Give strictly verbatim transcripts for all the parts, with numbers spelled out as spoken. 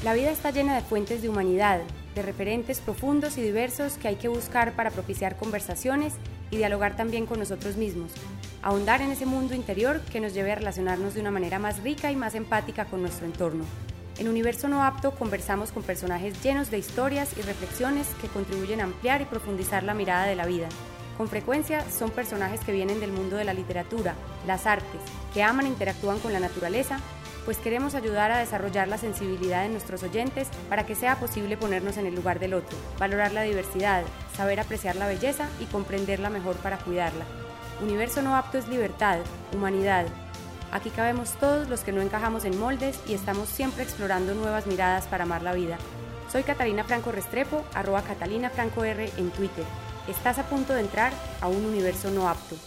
La vida está llena de fuentes de humanidad, de referentes profundos y diversos que hay que buscar para propiciar conversaciones y dialogar también con nosotros mismos, ahondar en ese mundo interior que nos lleve a relacionarnos de una manera más rica y más empática con nuestro entorno. En Universo No Apto conversamos con personajes llenos de historias y reflexiones que contribuyen a ampliar y profundizar la mirada de la vida. Con frecuencia son personajes que vienen del mundo de la literatura, las artes, que aman e interactúan con la naturaleza, pues queremos ayudar a desarrollar la sensibilidad de nuestros oyentes para que sea posible ponernos en el lugar del otro, valorar la diversidad, saber apreciar la belleza y comprenderla mejor para cuidarla. Universo No Apto es libertad, humanidad. Aquí cabemos todos los que no encajamos en moldes y estamos siempre explorando nuevas miradas para amar la vida. Soy Catalina Franco Restrepo, arroba Catalina Franco R en Twitter. Estás a punto de entrar a un universo no apto.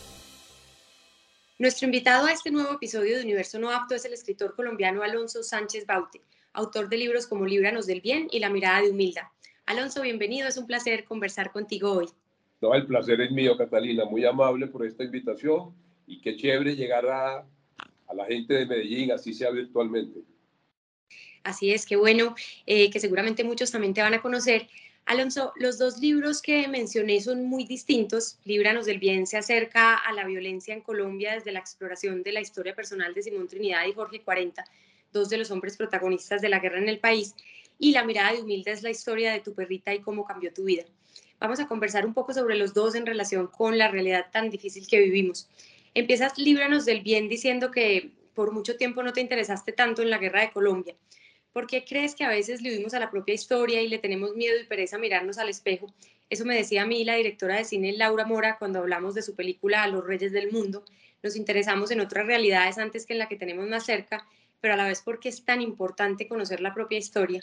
Nuestro invitado a este nuevo episodio de Universo No Apto es el escritor colombiano Alonso Sánchez Baute, autor de libros como Líbranos del Bien y La Mirada de Humilda. Alonso, bienvenido, es un placer conversar contigo hoy. No, el placer es mío, Catalina, muy amable por esta invitación y qué chévere llegar a, a la gente de Medellín, así sea virtualmente. Así es, qué bueno, eh, que seguramente muchos también te van a conocer. Alonso, los dos libros que mencioné son muy distintos. Líbranos del Bien se acerca a la violencia en Colombia desde la exploración de la historia personal de Simón Trinidad y Jorge cuarenta, dos de los hombres protagonistas de la guerra en el país, y La Mirada de Humilda es la historia de tu perrita y cómo cambió tu vida. Vamos a conversar un poco sobre los dos en relación con la realidad tan difícil que vivimos. Empiezas Líbranos del Bien diciendo que por mucho tiempo no te interesaste tanto en la guerra de Colombia. ¿Por qué crees que a veces le huimos a la propia historia y le tenemos miedo y pereza a mirarnos al espejo? Eso me decía a mí la directora de cine Laura Mora cuando hablamos de su película Los Reyes del Mundo. Nos interesamos en otras realidades antes que en la que tenemos más cerca, pero a la vez, ¿por qué es tan importante conocer la propia historia?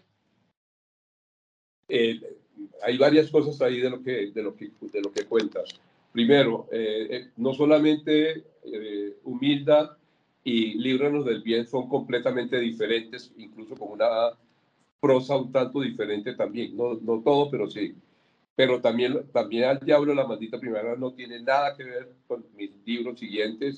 Eh, hay varias cosas ahí de lo que, de lo que, de lo que cuentas. Primero, eh, eh, no solamente eh, Humilda y Líbranos del Bien son completamente diferentes, incluso con una prosa un tanto diferente también, no, no todo, pero sí. Pero también, también Al Diablo la Maldita Primavera no tiene nada que ver con mis libros siguientes.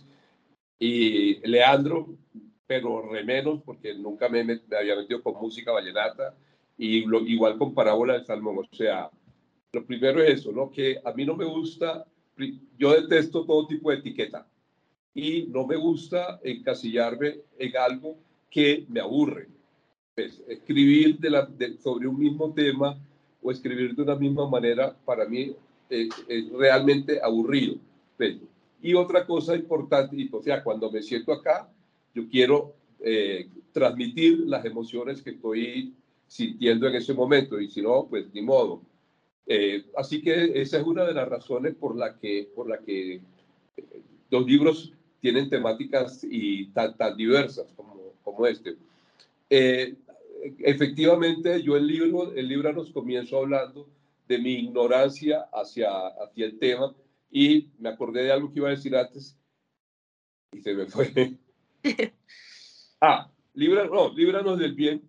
Y Leandro, pero re menos, porque nunca me, me había metido con música vallenata, y lo, igual con Parábola del Salmón. O sea, lo primero es eso, ¿no? Que a mí no me gusta, yo detesto todo tipo de etiqueta, y no me gusta encasillarme en algo que me aburre. Pues, escribir de la, de, sobre un mismo tema o escribir de una misma manera, para mí eh, es realmente aburrido. Pues, y otra cosa importante, y, o sea, cuando me siento acá, yo quiero eh, transmitir las emociones que estoy sintiendo en ese momento, y si no, pues ni modo. Eh, así que esa es una de las razones por la que, por la que eh, los libros tienen temáticas y tan, tan diversas como, como este. Eh, efectivamente, yo el libro, el libro nos comienzo hablando de mi ignorancia hacia, hacia el tema, y me acordé de algo que iba a decir antes y se me fue. Ah, Libra, no, Líbranos del Bien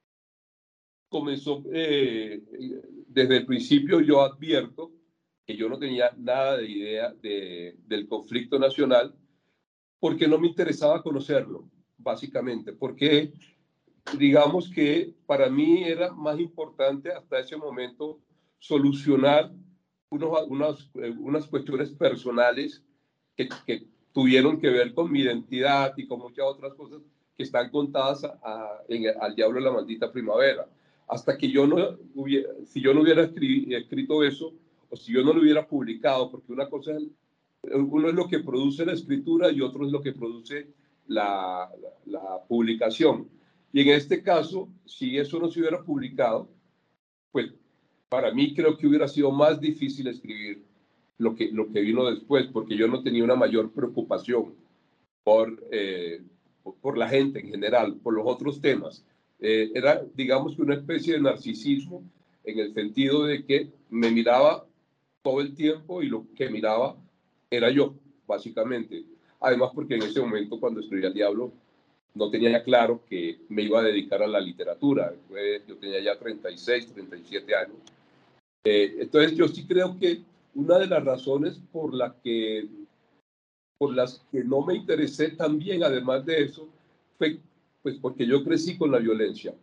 comenzó, eh, desde el principio yo advierto que yo no tenía nada de idea de, del conflicto nacional, porque no me interesaba conocerlo, básicamente, porque digamos que para mí era más importante hasta ese momento solucionar unos, unas, unas cuestiones personales que, que tuvieron que ver con mi identidad y con muchas otras cosas que están contadas a, a, en Al Diablo la Maldita Primavera. Hasta que yo no hubiera, si yo no hubiera escri, escrito eso, o si yo no lo hubiera publicado, porque una cosa es, uno es lo que produce la escritura y otro es lo que produce la, la, la publicación. Y en este caso, si eso no se hubiera publicado, pues para mí creo que hubiera sido más difícil escribir lo que, lo que vino después, porque yo no tenía una mayor preocupación por, eh, por, por la gente en general, por los otros temas. Eh, era, digamos que una especie de narcisismo, en el sentido de que me miraba todo el tiempo y lo que miraba era yo, básicamente. Además, porque en ese momento, cuando escribí Al Diablo, no tenía claro que me iba a dedicar a la literatura. Yo tenía ya treinta y seis, treinta y siete años. Eh, entonces, yo sí creo que una de las razones por, la que, por las que no me interesé también, además de eso, fue pues, porque yo crecí con la violencia.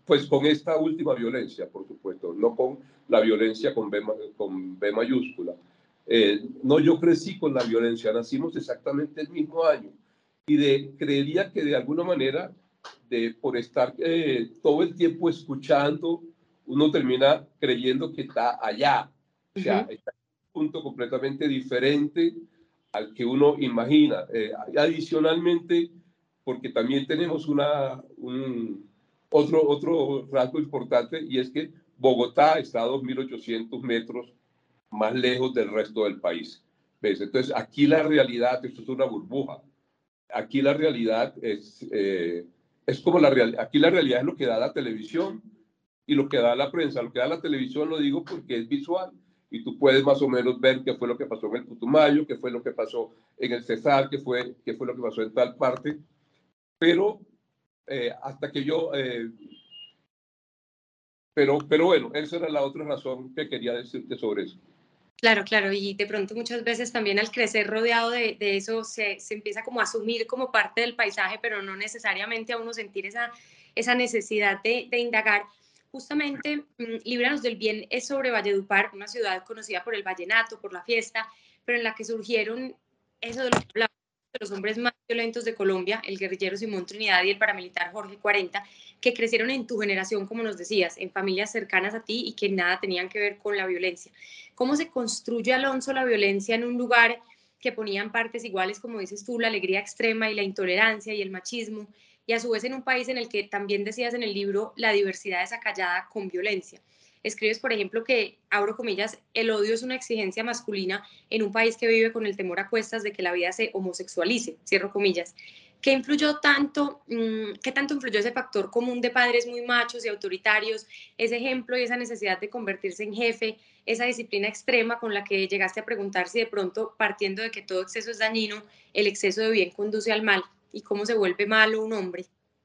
pues con esta última violencia, por supuesto, no con la violencia con B, con B mayúscula. Eh, no, yo crecí con la violencia, nacimos exactamente el mismo año y de, creería que de alguna manera, de, por estar eh, todo el tiempo escuchando, uno termina creyendo que está allá, o sea, uh-huh. está en un punto completamente diferente al que uno imagina. Eh, adicionalmente, porque también tenemos una, un, otro, otro rasgo importante, y es que Bogotá está a dos mil ochocientos metros más lejos del resto del país. ¿Ves? Entonces, aquí la realidad, esto es una burbuja. Aquí la realidad es, eh, es como la realidad. Aquí la realidad es lo que da la televisión y lo que da la prensa. Lo que da la televisión lo digo porque es visual y tú puedes más o menos ver qué fue lo que pasó en el Putumayo, qué fue lo que pasó en el Cesar, qué fue, qué fue lo que pasó en tal parte. Pero eh, hasta que yo... Eh, pero, pero bueno, esa era la otra razón que quería decirte sobre eso. Claro, claro, y de pronto muchas veces también al crecer rodeado de, de eso se, se empieza como a asumir como parte del paisaje, pero no necesariamente a uno sentir esa, esa necesidad de, de indagar. Justamente, mmm, Líbranos del Bien es sobre Valledupar, una ciudad conocida por el vallenato, por la fiesta, pero en la que surgieron eso de lo que hablaba, de los hombres más violentos de Colombia, el guerrillero Simón Trinidad y el paramilitar Jorge cuarenta, que crecieron en tu generación, como nos decías, en familias cercanas a ti y que nada tenían que ver con la violencia. ¿Cómo se construye, Alonso, la violencia en un lugar que ponía en partes iguales, como dices tú, la alegría extrema y la intolerancia y el machismo, y a su vez en un país en el que también decías en el libro la diversidad es acallada con violencia? Escribes, por ejemplo, que, abro comillas, el odio es una exigencia masculina en un país que vive con el temor a cuestas de que la vida se homosexualice, cierro comillas. ¿Qué influyó tanto, mmm, qué tanto influyó ese factor común de padres muy machos y autoritarios, ese ejemplo y esa necesidad de convertirse en jefe, esa disciplina extrema con la que llegaste a preguntar si de pronto, partiendo de que todo exceso es dañino, el exceso de bien conduce al mal y cómo se vuelve malo un hombre?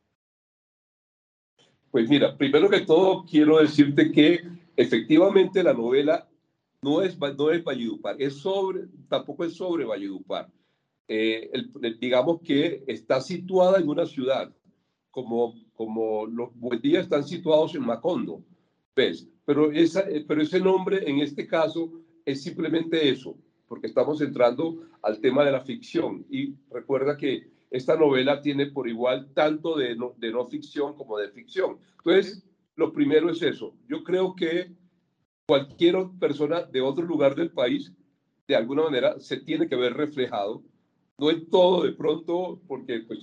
Pues mira, primero que todo quiero decirte que efectivamente la novela no es, no es Valledupar, es sobre, tampoco es sobre Valledupar. Eh, el, el, digamos que está situada en una ciudad, como, como los Buendía están situados en Macondo, ¿ves? Pero, esa, pero ese nombre en este caso es simplemente eso, porque estamos entrando al tema de la ficción. Y recuerda que esta novela tiene por igual tanto de no, de no ficción como de ficción. Entonces, lo primero es eso. Yo creo que cualquier persona de otro lugar del país, de alguna manera, se tiene que ver reflejado. No en todo, de pronto, porque, pues,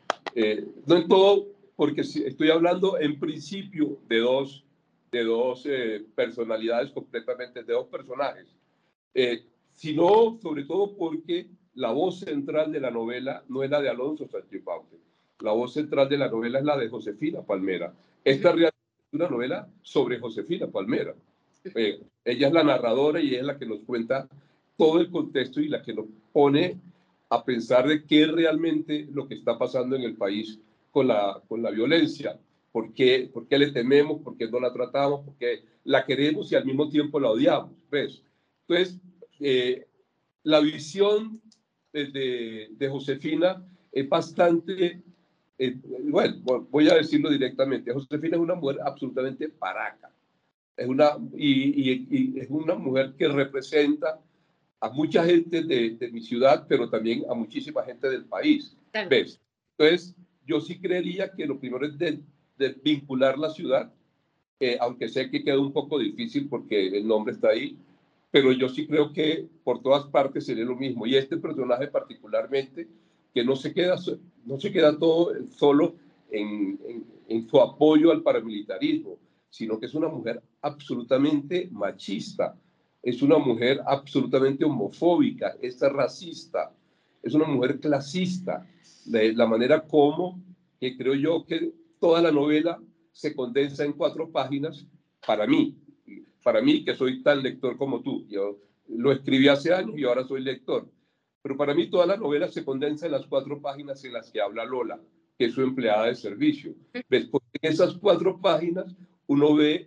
eh, no en todo, porque estoy hablando en principio de dos, de dos eh, personalidades completamente, de dos personajes, eh, sino sobre todo porque la voz central de la novela no es la de Alonso Sánchez Baute. La voz central de la novela es la de Josefina Palmera. Esta realmente es una novela sobre Josefina Palmera. Eh, ella es la narradora y ella es la que nos cuenta todo el contexto y la que nos pone a pensar de qué es realmente lo que está pasando en el país con la, con la violencia. ¿Por qué, ¿Por qué le tememos? ¿Por qué no la tratamos? ¿Por qué la queremos y al mismo tiempo la odiamos? ¿Ves? Entonces, eh, la visión de, de, de Josefina es bastante, eh, bueno, voy a decirlo directamente, Josefina es una mujer absolutamente paraca, es una, y, y, y es una mujer que representa a mucha gente de, de mi ciudad, pero también a muchísima gente del país, claro. ¿Ves? Entonces, yo sí creería que lo primero es de, de vincular la ciudad, eh, aunque sé que queda un poco difícil porque el nombre está ahí, pero yo sí creo que por todas partes sería lo mismo. Y este personaje particularmente, que no se queda, no se queda todo solo en, en, en su apoyo al paramilitarismo, sino que es una mujer absolutamente machista, es una mujer absolutamente homofóbica, es racista, es una mujer clasista, de la manera como, que creo yo que toda la novela se condensa en cuatro páginas, para mí, para mí que soy tan lector como tú. Yo lo escribí hace años y ahora soy lector. Pero para mí toda la novela se condensa en las cuatro páginas en las que habla Lola, que es su empleada de servicio. Después de esas cuatro páginas uno ve,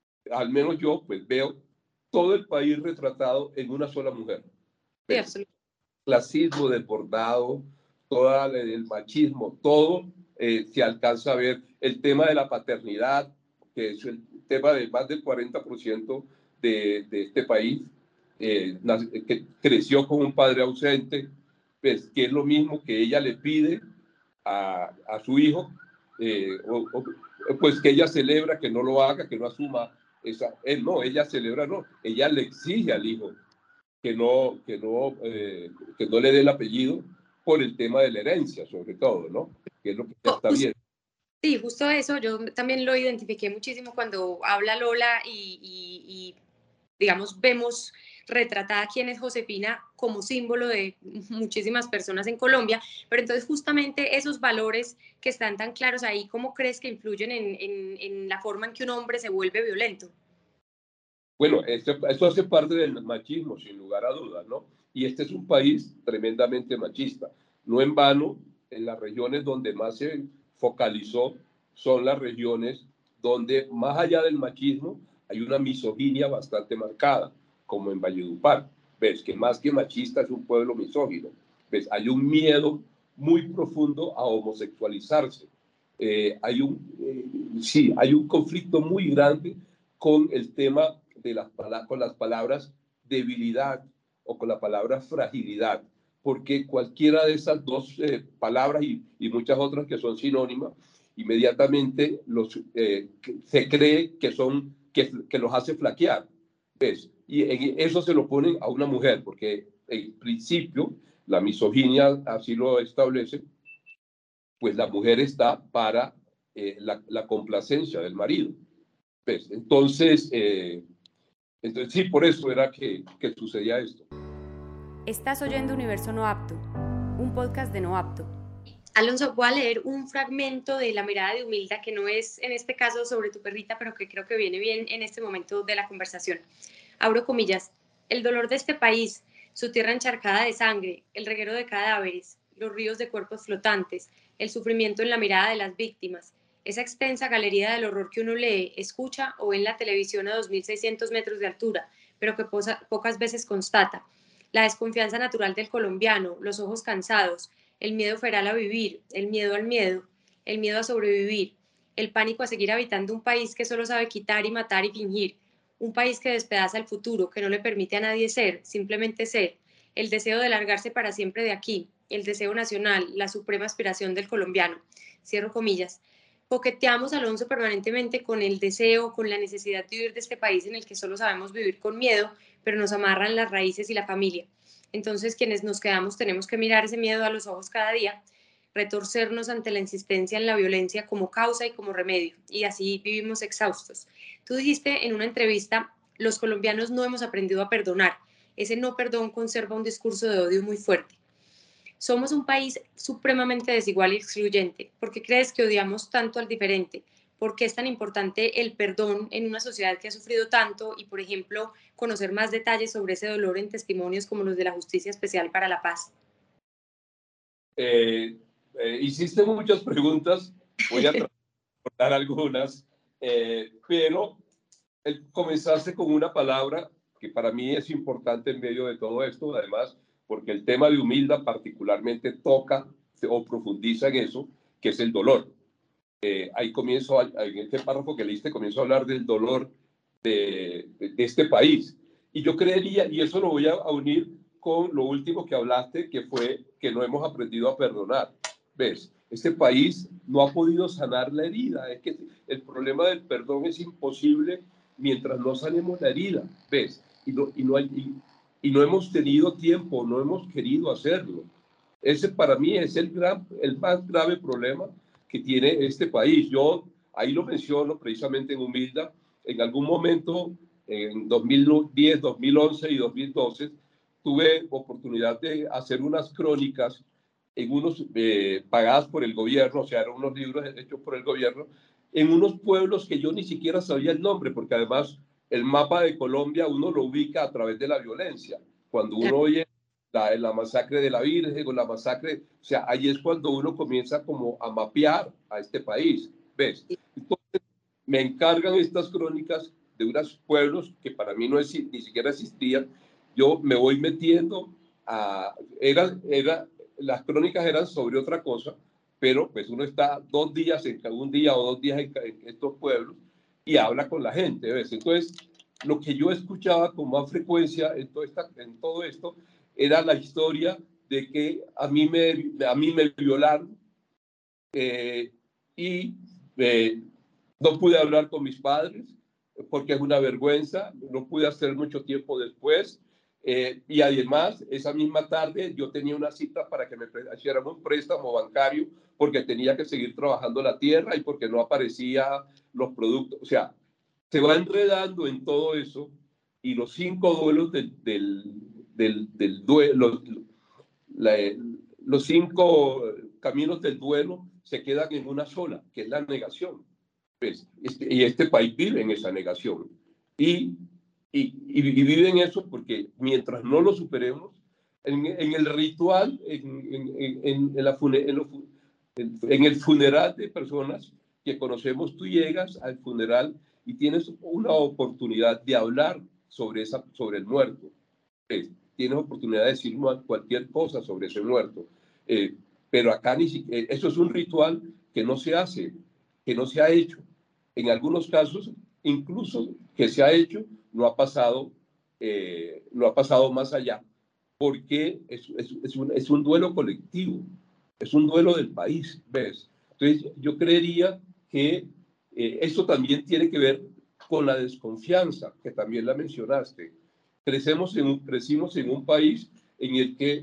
al menos yo, pues veo todo el país retratado en una sola mujer. Sí, absolutamente. Clasismo desbordado, todo el machismo, todo eh, se alcanza a ver. El tema de la paternidad, que es el tema de más del cuarenta por ciento de, de este país, eh, que creció con un padre ausente, pues que es lo mismo que ella le pide a, a su hijo, eh, o, o, pues que ella celebra que no lo haga, que no asuma esa, eh, no, ella celebra, no, ella le exige al hijo que no, que no, eh, que no le dé el apellido por el tema de la herencia, sobre todo, ¿no? Que es lo que ya está bien. Sí, justo eso, yo también lo identifiqué muchísimo cuando habla Lola y, y, y digamos, vemos retratada quién es Josefina como símbolo de muchísimas personas en Colombia, pero entonces justamente esos valores que están tan claros ahí, ¿cómo crees que influyen en, en, en la forma en que un hombre se vuelve violento? Bueno, este, esto hace parte del machismo, sin lugar a dudas, ¿no? Y este es un país tremendamente machista. No en vano, en las regiones donde más se focalizó son las regiones donde, más allá del machismo, hay una misoginia bastante marcada, como en Valledupar. Ves que más que machista es un pueblo misógino. Ves, hay un miedo muy profundo a homosexualizarse. Eh, hay un, eh, sí, hay un conflicto muy grande con el tema de las, con las palabras debilidad o con la palabra fragilidad, porque cualquiera de esas dos eh, palabras y, y muchas otras que son sinónimas, inmediatamente los, eh, se cree que, son, que, que los hace flaquear. ¿Ves? Y en eso se lo ponen a una mujer, porque en principio la misoginia así lo establece, pues la mujer está para eh, la, la complacencia del marido. ¿Ves? Entonces, eh, entonces, sí, por eso era que, que sucedía esto. Estás oyendo Universo No Apto, un podcast de No Apto. Alonso, voy a leer un fragmento de La mirada de Humilda, que no es en este caso sobre tu perrita, pero que creo que viene bien en este momento de la conversación. Abro comillas. El dolor de este país, su tierra encharcada de sangre, el reguero de cadáveres, los ríos de cuerpos flotantes, el sufrimiento en la mirada de las víctimas, esa extensa galería del horror que uno lee, escucha o ve en la televisión a dos mil seiscientos metros de altura, pero que posa, pocas veces constata, la desconfianza natural del colombiano, los ojos cansados, el miedo feral a vivir, el miedo al miedo, el miedo a sobrevivir, el pánico a seguir habitando un país que solo sabe quitar y matar y fingir, un país que despedaza el futuro, que no le permite a nadie ser, simplemente ser, el deseo de largarse para siempre de aquí, el deseo nacional, la suprema aspiración del colombiano. Cierro comillas. Coqueteamos, Alonso, permanentemente con el deseo, con la necesidad de huir de este país en el que solo sabemos vivir con miedo, pero nos amarran las raíces y la familia. Entonces, quienes nos quedamos tenemos que mirar ese miedo a los ojos cada día, retorcernos ante la insistencia en la violencia como causa y como remedio, y así vivimos exhaustos. Tú dijiste en una entrevista, los colombianos no hemos aprendido a perdonar. Ese no perdón conserva un discurso de odio muy fuerte. Somos un país supremamente desigual y excluyente. ¿Por qué crees que odiamos tanto al diferente? ¿Por qué es tan importante el perdón en una sociedad que ha sufrido tanto y, por ejemplo, conocer más detalles sobre ese dolor en testimonios como los de la Justicia Especial para la Paz? Eh, eh, hiciste muchas preguntas, voy a tratar de dar algunas, eh, pero el, comenzaste con una palabra que para mí es importante en medio de todo esto, además, porque el tema de Humilda particularmente toca o profundiza en eso, que es el dolor. Eh, ahí comienzo, en este párrafo que leíste, comienzo a hablar del dolor de, de, de este país. Y yo creería, y eso lo voy a, a unir con lo último que hablaste, que fue que no hemos aprendido a perdonar. ¿Ves? Este país no ha podido sanar la herida. Es que el problema del perdón es imposible mientras no sanemos la herida. ¿Ves? Y no, y no, hay, y, y no hemos tenido tiempo, no hemos querido hacerlo. Ese para mí es el, gran, el más grave problema que tiene este país. Yo ahí lo menciono precisamente en Humilda. En algún momento, en dos mil diez, dos mil once y dos mil doce, tuve oportunidad de hacer unas crónicas en unos eh, pagadas por el gobierno, o sea, eran unos libros hechos por el gobierno, en unos pueblos que yo ni siquiera sabía el nombre, porque además el mapa de Colombia uno lo ubica a través de la violencia. Cuando uno oye la, la masacre de la Virgen o la masacre, o sea, ahí es cuando uno comienza como a mapear a este país, ¿ves? Entonces, me encargan estas crónicas de unos pueblos que para mí no es, ni siquiera existían. Yo me voy metiendo a... Era, era, las crónicas eran sobre otra cosa, pero pues uno está dos días, en un día o dos días en, en estos pueblos y habla con la gente, ¿ves? Entonces, lo que yo escuchaba con más frecuencia en todo, esta, en todo esto era la historia de que a mí me, a mí me violaron eh, y eh, no pude hablar con mis padres porque es una vergüenza, no pude hacer mucho tiempo después. Eh, y además, esa misma tarde yo tenía una cita para que me hicieran un préstamo bancario porque tenía que seguir trabajando la tierra y porque no aparecían los productos. O sea, se va enredando en todo eso y los cinco duelos del, del, del, del duelo, la, los cinco caminos del duelo se quedan en una sola, que es la negación. Pues, este, y este país vive en esa negación. Y, y, y vive en eso porque mientras no lo superemos, en, en el ritual, en, en, en, en, la fune, en, lo, en, en el funeral de personas que conocemos, tú llegas al funeral y tienes una oportunidad de hablar sobre, esa, sobre el muerto. Eh, tienes oportunidad de decir cualquier cosa sobre ese muerto. Eh, pero acá ni siquiera, eso es un ritual que no se hace, que no se ha hecho. En algunos casos, incluso que se ha hecho, no ha pasado, eh, no ha pasado más allá, porque es, es, es, un, es un duelo colectivo, es un duelo del país, ¿ves? Entonces, yo creería que eh, eso también tiene que ver con la desconfianza, que también la mencionaste. Crecemos en un, crecimos en un país en el que,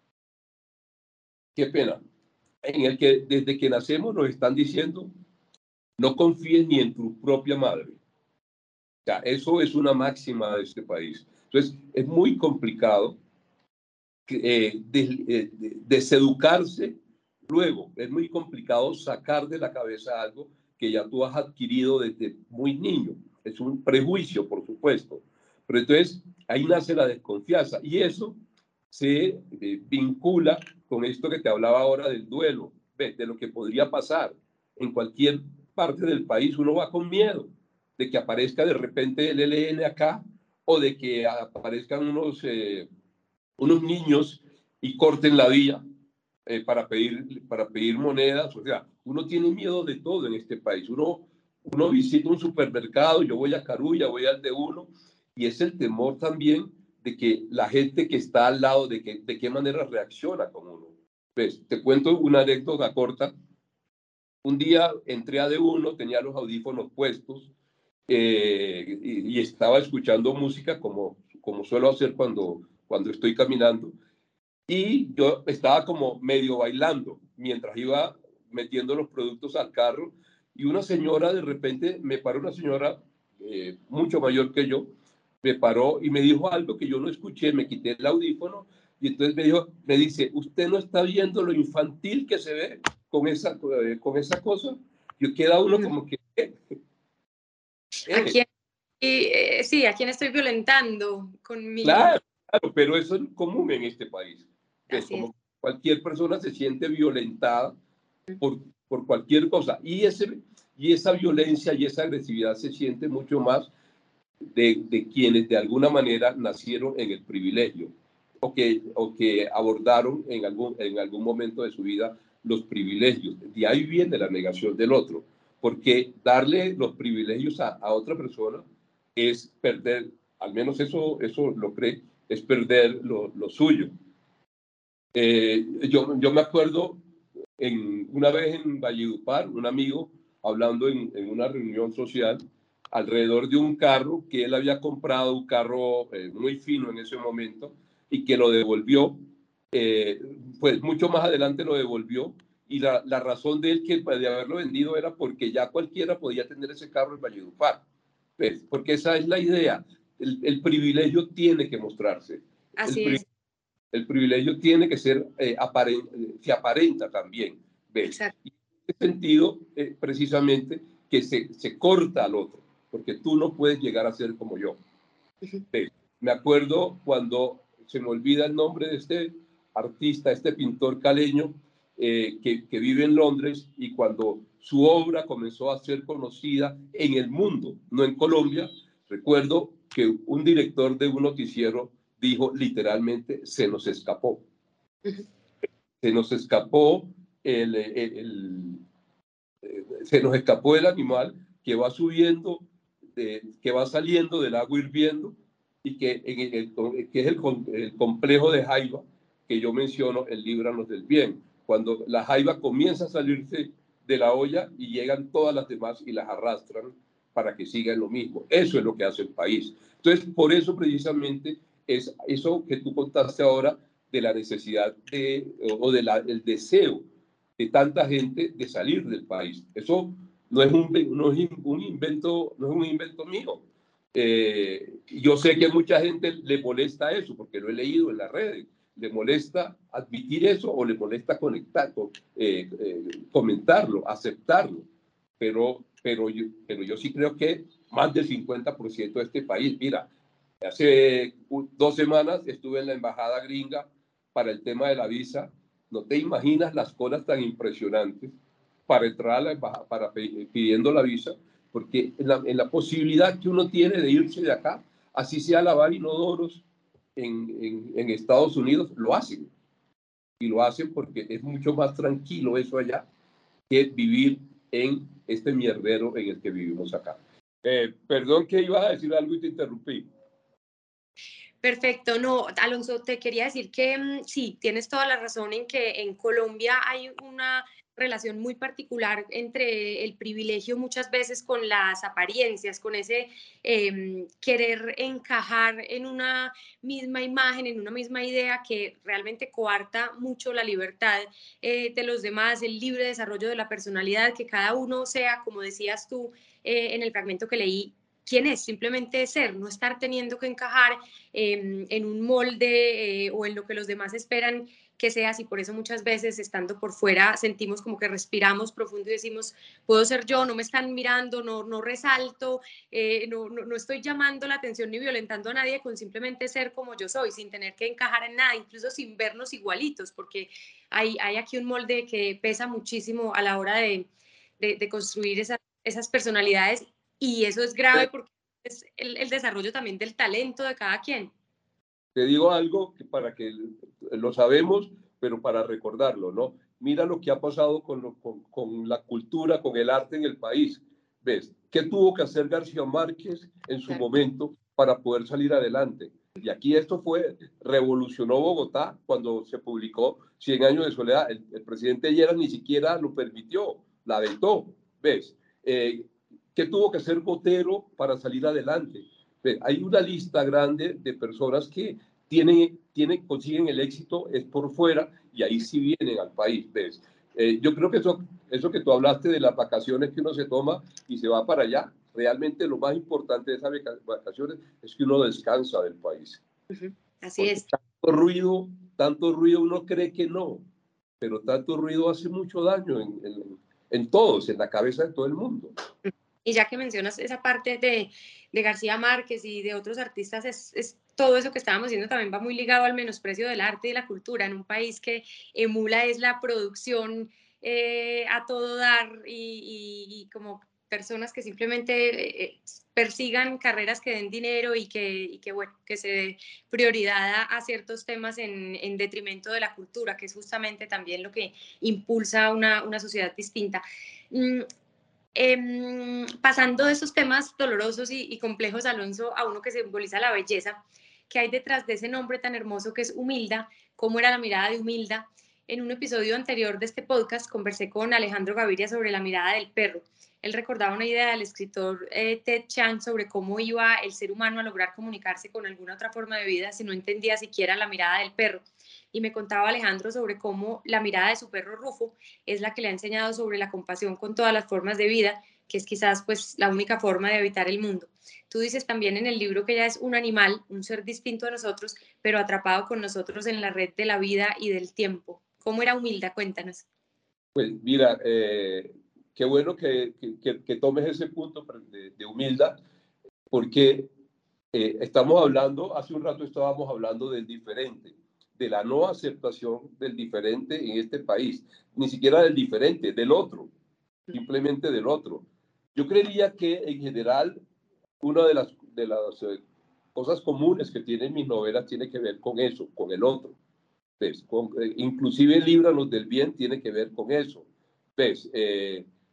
qué pena, en el que desde que nacemos nos están diciendo, no confíes ni en tu propia madre. O sea, eso es una máxima de este país. Entonces, es muy complicado eh, de, de, deseducarse luego. Es muy complicado sacar de la cabeza algo que ya tú has adquirido desde muy niño. Es un prejuicio, por supuesto. Pero entonces, ahí nace la desconfianza. Y eso se eh, vincula con esto que te hablaba ahora del duelo, de, de lo que podría pasar en cualquier parte del país. Uno va con miedo de que aparezca de repente el E L N acá o de que aparezcan unos, eh, unos niños y corten la vía eh, para, pedir, para pedir monedas. O sea, uno tiene miedo de todo en este país. Uno, uno visita un supermercado, yo voy a Carulla, voy al de uno, y es el temor también de que la gente que está al lado, de, que, de qué manera reacciona con uno. Pues, te cuento una anécdota corta. Un día entré a de uno, tenía los audífonos puestos eh, y, y estaba escuchando música como, como suelo hacer cuando, cuando estoy caminando. Y yo estaba como medio bailando mientras iba metiendo los productos al carro. Y una señora, de repente, me paró una señora eh, mucho mayor que yo, me paró y me dijo algo que yo no escuché, me quité el audífono y entonces me dijo, me dice, ¿usted no está viendo lo infantil que se ve con esa, eh, con esa cosa? Yo queda uno como que... Eh, ¿A quién, eh, sí, ¿a quién estoy violentando con mi...? Claro, claro, pero eso es común en este país. ¿Ves? Así Como es. cualquier persona se siente violentada por, por cualquier cosa. Y, ese, y esa violencia y esa agresividad se siente mucho más de, de quienes de alguna manera nacieron en el privilegio o que, o que abordaron en algún, en algún momento de su vida los privilegios. De ahí viene la negación del otro, porque darle los privilegios a, a otra persona es perder, al menos eso, eso lo cree, es perder lo, lo suyo. Eh, yo, yo me acuerdo en, una vez en Valledupar, un amigo hablando en, en una reunión social alrededor de un carro que él había comprado, un carro eh, muy fino en ese momento, y que lo devolvió, eh, pues mucho más adelante lo devolvió, y la, la razón de él que de haberlo vendido era porque ya cualquiera podía tener ese carro en Valledupar, pues, porque esa es la idea, el, el privilegio tiene que mostrarse. Así El, es. el privilegio tiene que ser, eh, aparent, se aparenta también, ¿ves? Exacto. Y en ese sentido, eh, precisamente, que se, se corta al otro, porque tú no puedes llegar a ser como yo. ¿Ves? Me acuerdo cuando se me olvida el nombre de este artista, este pintor caleño, eh, que, que vive en Londres, y cuando su obra comenzó a ser conocida en el mundo, no en Colombia, recuerdo que un director de un noticiero dijo literalmente, se nos escapó. Se nos escapó el, el, el, el, se nos escapó el animal que va subiendo de, que va saliendo del agua hirviendo y que, en el, que es el, el complejo de jaiba que yo menciono en Líbranos del Bien, cuando la jaiba comienza a salirse de la olla y llegan todas las demás y las arrastran para que sigan lo mismo. Eso es lo que hace el país. Entonces, por eso precisamente es eso que tú contaste ahora de la necesidad de, o del de deseo de tanta gente de salir del país. Eso no es un, no es un, invento, no es un invento mío. Eh, yo sé que a mucha gente le molesta eso, porque lo he leído en las redes. Le molesta admitir eso o le molesta conectar, eh, eh, comentarlo, aceptarlo. Pero, pero, yo, pero yo sí creo que más del cincuenta por ciento de este país, mira, hace dos semanas estuve en la embajada gringa para el tema de la visa. No te imaginas las colas tan impresionantes para entrar a la embajada, para, pidiendo la visa, porque en la, en la posibilidad que uno tiene de irse de acá, así sea a lavar inodoros en, en, en Estados Unidos, lo hacen. Y lo hacen porque es mucho más tranquilo eso allá que vivir en este mierdero en el que vivimos acá. Eh, perdón que iba a decir algo y te interrumpí. Perfecto, no, Alonso, te quería decir que sí, tienes toda la razón en que en Colombia hay una relación muy particular entre el privilegio muchas veces con las apariencias, con ese eh, querer encajar en una misma imagen, en una misma idea que realmente coarta mucho la libertad eh, de los demás, el libre desarrollo de la personalidad, que cada uno sea, como decías tú eh, en el fragmento que leí, quién es, simplemente ser, no estar teniendo que encajar eh, en un molde eh, o en lo que los demás esperan que seas, y por eso muchas veces estando por fuera sentimos como que respiramos profundo y decimos, puedo ser yo, no me están mirando, no, no resalto, eh, no, no, no estoy llamando la atención ni violentando a nadie con simplemente ser como yo soy, sin tener que encajar en nada, incluso sin vernos igualitos, porque hay, hay aquí un molde que pesa muchísimo a la hora de, de, de construir esa, esas personalidades, y eso es grave porque es el, el desarrollo también del talento de cada quien. Te digo algo que para que lo sabemos, pero para recordarlo, ¿no? Mira lo que ha pasado con, lo, con, con la cultura, con el arte en el país. ¿Ves? ¿Qué tuvo que hacer García Márquez en su claro. momento para poder salir adelante? Y aquí esto fue, revolucionó Bogotá cuando se publicó Cien años de soledad. El, el presidente Lleras ni siquiera lo permitió, la vetó. ¿Ves? Eh, ¿Qué tuvo que hacer Botero para salir adelante? Hay una lista grande de personas que tienen, tienen, consiguen el éxito es por fuera y ahí sí vienen al país, ¿ves? Eh, yo creo que eso, eso que tú hablaste de las vacaciones que uno se toma y se va para allá, realmente lo más importante de esas vacaciones es que uno descansa del país. Uh-huh. Así Porque es. Tanto ruido, tanto ruido uno cree que no, pero tanto ruido hace mucho daño en, en, en todos, en la cabeza de todo el mundo. Y ya que mencionas esa parte de, de García Márquez y de otros artistas, es, es todo eso que estábamos diciendo también va muy ligado al menosprecio del arte y la cultura en un país que emula es la producción eh, a todo dar y, y, y como personas que simplemente eh, persigan carreras que den dinero y que, y que, bueno, que se dé prioridad a, a ciertos temas en, en detrimento de la cultura, que es justamente también lo que impulsa una, una sociedad distinta. Mm, Eh, pasando de esos temas dolorosos y, y complejos, Alonso, a uno que simboliza la belleza, que hay detrás de ese nombre tan hermoso que es Humilda, cómo era la mirada de Humilda. En un episodio anterior de este podcast conversé con Alejandro Gaviria sobre la mirada del perro. Él recordaba una idea del escritor eh, Ted Chiang sobre cómo iba el ser humano a lograr comunicarse con alguna otra forma de vida si no entendía siquiera la mirada del perro. Y me contaba Alejandro sobre cómo la mirada de su perro Rufo es la que le ha enseñado sobre la compasión con todas las formas de vida, que es quizás pues la única forma de habitar el mundo. Tú dices también en el libro que ella es un animal, un ser distinto a nosotros, pero atrapado con nosotros en la red de la vida y del tiempo. ¿Cómo era Humilda? Cuéntanos. Pues mira, eh, qué bueno que, que, que tomes ese punto de, de Humilda, porque eh, estamos hablando, hace un rato estábamos hablando del diferente, de la no aceptación del diferente en este país, ni siquiera del diferente, del otro, simplemente del otro. Yo creería que en general una de las, de las eh, cosas comunes que tienen mis novelas tiene que ver con eso, con el otro. ¿Ves? Con, eh, inclusive Líbranos del Bien tiene que ver con eso. ¿Ves? Eh,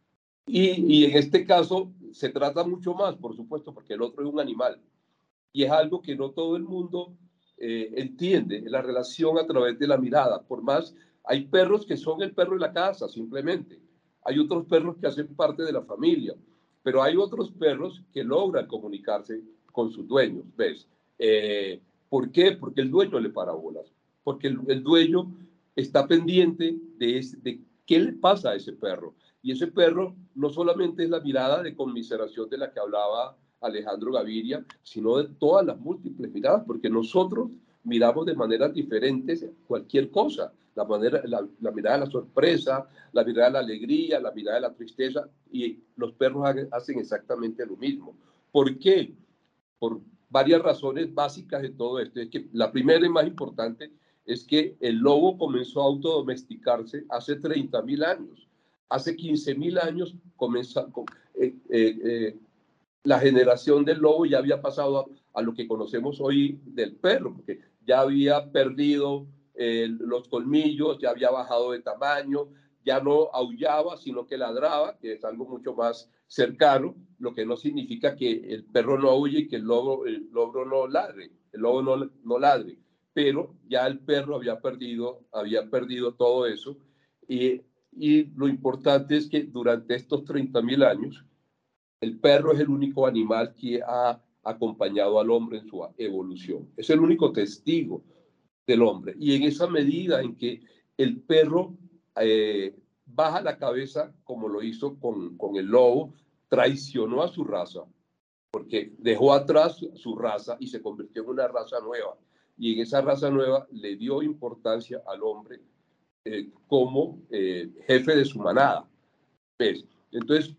Y, y en este caso se trata mucho más, por supuesto, porque el otro es un animal. Y es algo que no todo el mundo eh, entiende, la relación a través de la mirada. Por más, hay perros que son el perro de la casa, simplemente. Hay otros perros que hacen parte de la familia, pero hay otros perros que logran comunicarse con sus dueños, ¿ves? Eh, ¿Por qué? Porque el dueño le para bolas, porque el, el dueño está pendiente de, ese, de qué le pasa a ese perro. Y ese perro no solamente es la mirada de conmiseración de la que hablaba Alejandro Gaviria, sino de todas las múltiples miradas, porque nosotros miramos de maneras diferentes cualquier cosa. La, manera, la, la mirada de la sorpresa, la mirada de la alegría, la mirada de la tristeza, y los perros hacen exactamente lo mismo. ¿Por qué? Por varias razones básicas de todo esto. Es que la primera y más importante es que el lobo comenzó a autodomesticarse hace treinta mil años. Hace quince mil años comenzó, eh, eh, eh, la generación del lobo ya había pasado a, a lo que conocemos hoy del perro, porque ya había perdido eh, los colmillos, ya había bajado de tamaño, ya no aullaba, sino que ladraba, que es algo mucho más cercano, lo que no significa que el perro no aulle y que el lobo, el lobo no ladre, el lobo no, no ladre, pero ya el perro había perdido, había perdido todo eso, y, y lo importante es que durante estos treinta mil años, el perro es el único animal que ha acompañado al hombre en su evolución. Es el único testigo del hombre. Y en esa medida en que el perro eh, baja la cabeza, como lo hizo con, con el lobo, traicionó a su raza, porque dejó atrás su raza y se convirtió en una raza nueva. Y en esa raza nueva le dio importancia al hombre eh, como eh, jefe de su manada. ¿Ves? Entonces,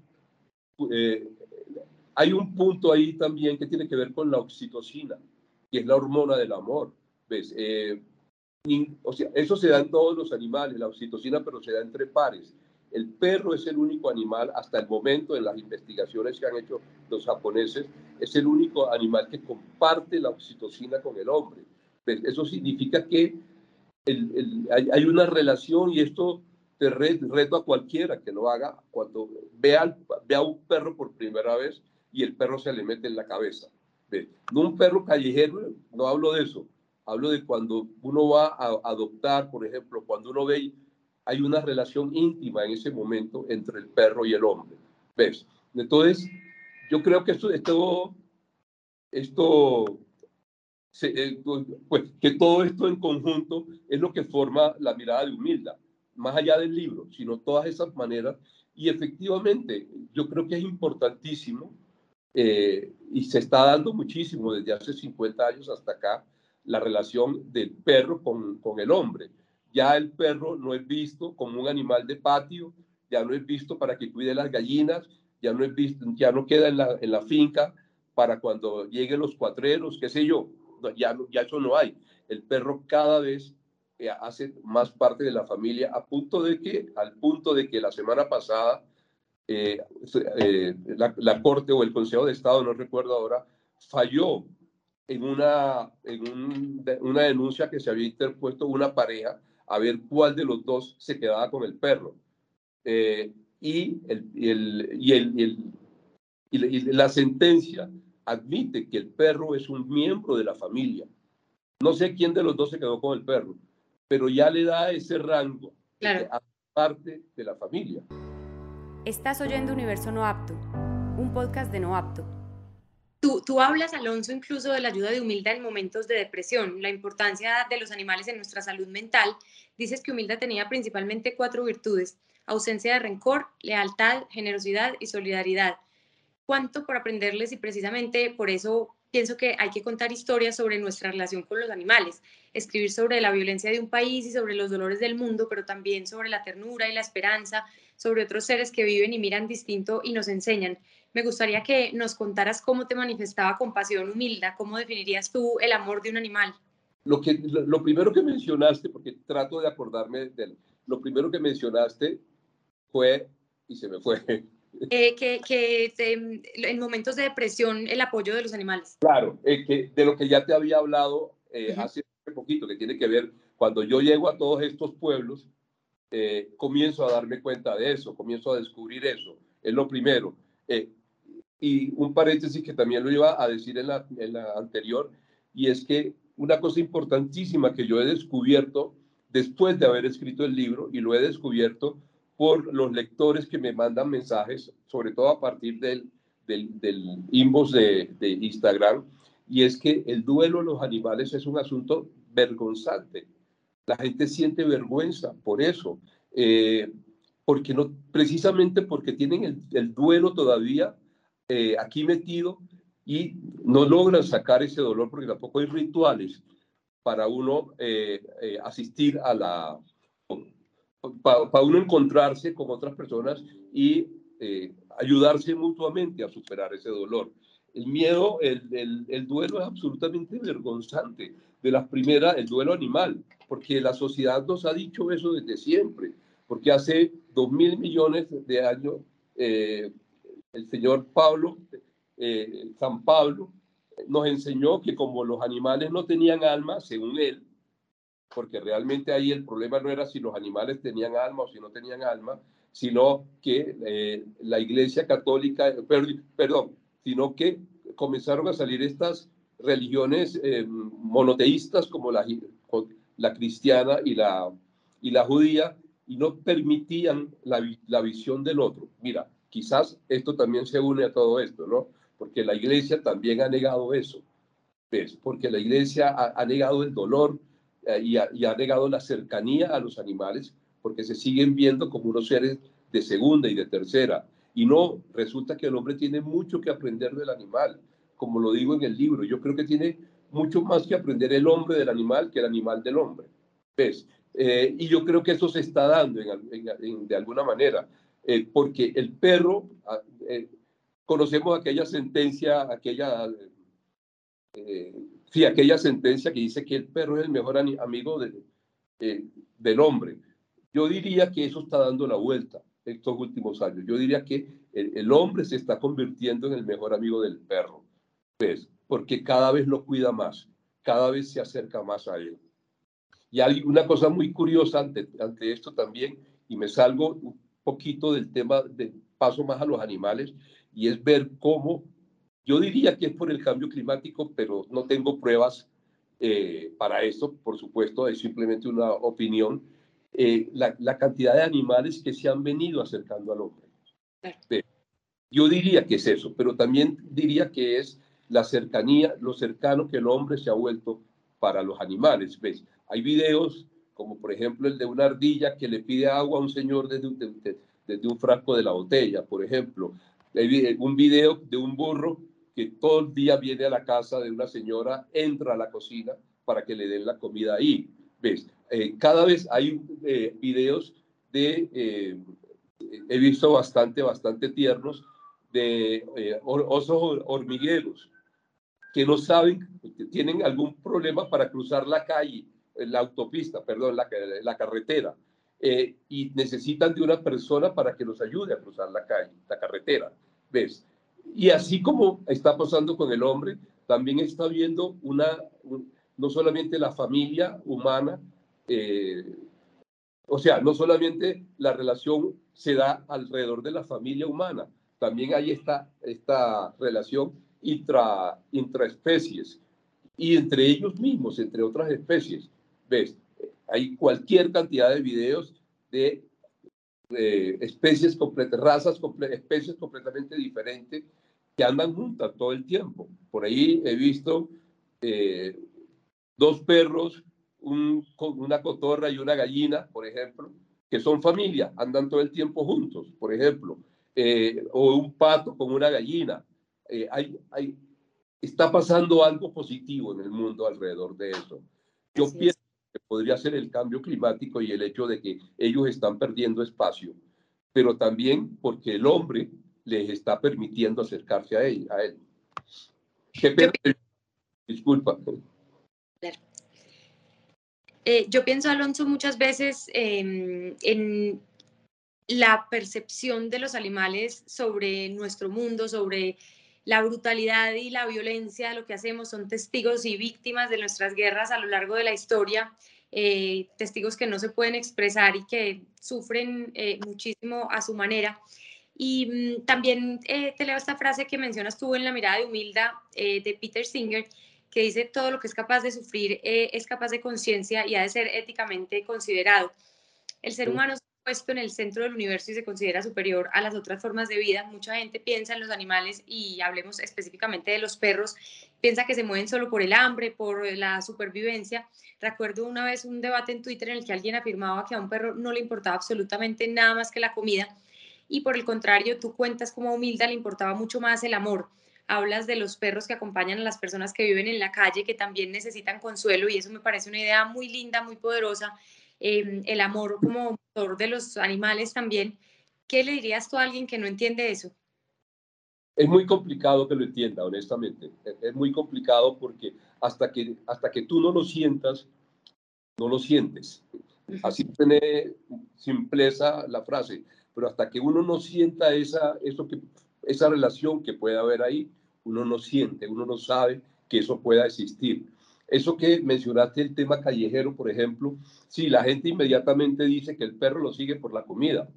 eh, hay un punto ahí también que tiene que ver con la oxitocina, que es la hormona del amor. ¿Ves? Eh, y, o sea, eso se da en todos los animales, la oxitocina, pero se da entre pares. El perro es el único animal, hasta el momento, en las investigaciones que han hecho los japoneses, es el único animal que comparte la oxitocina con el hombre. ¿Ves? Eso significa que el, el, hay, hay una relación, y esto te reto a cualquiera que lo haga cuando vea, vea un perro por primera vez y el perro se le mete en la cabeza. ¿Ve? No un perro callejero, no hablo de eso. Hablo de cuando uno va a adoptar, por ejemplo, cuando uno ve, hay una relación íntima en ese momento entre el perro y el hombre. ¿Ves? Entonces, yo creo que esto, esto, esto pues que todo esto en conjunto es lo que forma la mirada de Humilda, más allá del libro, sino todas esas maneras. Y efectivamente, yo creo que es importantísimo, eh, y se está dando muchísimo desde hace cincuenta años hasta acá, la relación del perro con, con el hombre. Ya el perro no es visto como un animal de patio, ya no es visto para que cuide las gallinas, ya no es visto, ya no queda en la, en la finca para cuando lleguen los cuatreros, qué sé yo. Ya, ya eso no hay. El perro cada vez eh, hace más parte de la familia, a punto de que, al punto de que la semana pasada eh, eh, la, la Corte o el Consejo de Estado, no recuerdo ahora, falló en una, en un, una denuncia que se había interpuesto una pareja a ver cuál de los dos se quedaba con el perro. Eh, y, el, y, el, y, el, y, el, y la sentencia admite que el perro es un miembro de la familia. No sé quién de los dos se quedó con el perro, pero ya le da ese rango de Claro. que hace parte de la familia. Estás oyendo Universo No Apto, un podcast de No Apto. Tú, tú hablas, Alonso, incluso de la ayuda de Humilda en momentos de depresión, la importancia de los animales en nuestra salud mental. Dices que Humilda tenía principalmente cuatro virtudes: ausencia de rencor, lealtad, generosidad y solidaridad. ¿Cuánto por aprenderles? Y precisamente por eso pienso que hay que contar historias sobre nuestra relación con los animales, escribir sobre la violencia de un país y sobre los dolores del mundo, pero también sobre la ternura y la esperanza, sobre otros seres que viven y miran distinto y nos enseñan. Me gustaría que nos contaras cómo te manifestaba compasión Humilda, cómo definirías tú el amor de un animal. Lo, que, lo, lo primero que mencionaste, porque trato de acordarme de lo primero que mencionaste fue, y se me fue, Eh, que, que te, en momentos de depresión, el apoyo de los animales. Claro, eh, que de lo que ya te había hablado eh, Uh-huh. hace poquito, que tiene que ver, cuando yo llego a todos estos pueblos, eh, comienzo a darme cuenta de eso, comienzo a descubrir eso. es lo primero. Eh, y un paréntesis que también lo iba a decir en la, en la anterior, y es que una cosa importantísima que yo he descubierto después de haber escrito el libro, y lo he descubierto por los lectores que me mandan mensajes, sobre todo a partir del, del, del inbox de, de Instagram, y es que el duelo de los animales es un asunto vergonzante. La gente siente vergüenza por eso, eh, porque no, precisamente porque tienen el, el duelo todavía eh, aquí metido y no logran sacar ese dolor porque tampoco hay rituales para uno eh, eh, asistir a la... para pa uno encontrarse con otras personas y eh, ayudarse mutuamente a superar ese dolor. El miedo, el, el, el duelo es absolutamente vergonzante. De las primeras, el duelo animal, porque la sociedad nos ha dicho eso desde siempre, porque hace dos mil millones de años eh, el señor Pablo, eh, San Pablo, nos enseñó que como los animales no tenían alma, según él, porque realmente ahí el problema no era si los animales tenían alma o si no tenían alma, sino que eh, la Iglesia Católica, per, perdón, sino que comenzaron a salir estas religiones eh, monoteístas como la, la cristiana y la, y la judía, y no permitían la, la visión del otro. Mira, quizás esto también se une a todo esto, ¿no? Porque la Iglesia también ha negado eso, ¿ves? Porque la Iglesia ha, ha negado el dolor, Y ha, y ha negado la cercanía a los animales porque se siguen viendo como unos seres de segunda y de tercera. Y no, resulta que el hombre tiene mucho que aprender del animal, como lo digo en el libro. Yo creo que tiene mucho más que aprender el hombre del animal que el animal del hombre. ¿Ves? Eh, y yo creo que eso se está dando en, en, en, de alguna manera, eh, porque el perro, eh, conocemos aquella sentencia, aquella... Eh, sí, aquella sentencia que dice que el perro es el mejor amigo de, eh, del hombre. Yo diría que eso está dando la vuelta estos últimos años. Yo diría que el, el hombre se está convirtiendo en el mejor amigo del perro, ¿ves? Porque cada vez lo cuida más, cada vez se acerca más a él. Y hay una cosa muy curiosa ante, ante esto también, y me salgo un poquito del tema, de paso más a los animales, y es ver cómo, yo diría que es por el cambio climático, pero no tengo pruebas eh, para eso, por supuesto, es simplemente una opinión, eh, la, la cantidad de animales que se han venido acercando al hombre. Eh, yo diría que es eso, pero también diría que es la cercanía, lo cercano que el hombre se ha vuelto para los animales, ¿ves? Hay videos, como por ejemplo el de una ardilla que le pide agua a un señor desde, desde, desde un frasco de la botella, por ejemplo. Hay un video de un burro que todo el día viene a la casa de una señora, entra a la cocina para que le den la comida ahí, ¿ves? Eh, cada vez hay eh, videos de, eh, he visto bastante, bastante tiernos, de eh, osos hormigueros que no saben, que tienen algún problema para cruzar la calle, la autopista, perdón, la, la carretera, eh, y necesitan de una persona para que los ayude a cruzar la calle, la carretera, ¿ves? Y así como está pasando con el hombre, también está viendo una, un, no solamente la familia humana, eh, o sea, no solamente la relación se da alrededor de la familia humana, también hay esta, esta relación intra, intraespecies y entre ellos mismos, entre otras especies. ¿Ves? Hay cualquier cantidad de videos de eh, especies completas, razas, comple especies completamente diferentes que andan juntas todo el tiempo. Por ahí he visto eh, dos perros, un, una cotorra y una gallina, por ejemplo, que son familia, andan todo el tiempo juntos, por ejemplo, eh, o un pato con una gallina. Eh, hay, hay, está pasando algo positivo en el mundo alrededor de eso. Yo Así pienso es. que podría ser el cambio climático y el hecho de que ellos están perdiendo espacio, pero también porque el hombre les está permitiendo acercarse a él. A él. ¿Qué pena? Yo... Disculpa. Claro. Eh, yo pienso, Alonso, muchas veces eh, en la percepción de los animales sobre nuestro mundo, sobre la brutalidad y la violencia de lo que hacemos. Son testigos y víctimas de nuestras guerras a lo largo de la historia, eh, testigos que no se pueden expresar y que sufren eh, muchísimo a su manera. Y mmm, también eh, te leo esta frase que mencionas tú en La mirada de Humilda, eh, de Peter Singer, que dice: todo lo que es capaz de sufrir eh, es capaz de conciencia y ha de ser éticamente considerado. El ser humano se ha puesto en el centro del universo y se considera superior a las otras formas de vida. Mucha gente piensa en los animales, y hablemos específicamente de los perros, piensa que se mueven solo por el hambre, por la supervivencia. Recuerdo una vez un debate en Twitter en el que alguien afirmaba que a un perro no le importaba absolutamente nada más que la comida, y por el contrario, tú cuentas como a Humilda le importaba mucho más el amor. Hablas de los perros que acompañan a las personas que viven en la calle, que también necesitan consuelo, y eso me parece una idea muy linda, muy poderosa. Eh, el amor como motor de los animales también. ¿Qué le dirías tú a alguien que no entiende eso? Es muy complicado que lo entienda, honestamente. Es muy complicado porque hasta que, hasta que tú no lo sientas, no lo sientes. Así tiene simpleza la frase, pero hasta que uno no sienta esa, eso que, esa relación que puede haber ahí, uno no siente, uno no sabe que eso pueda existir. Eso que mencionaste, el tema callejero, por ejemplo, sí, la gente inmediatamente dice que el perro lo sigue por la comida,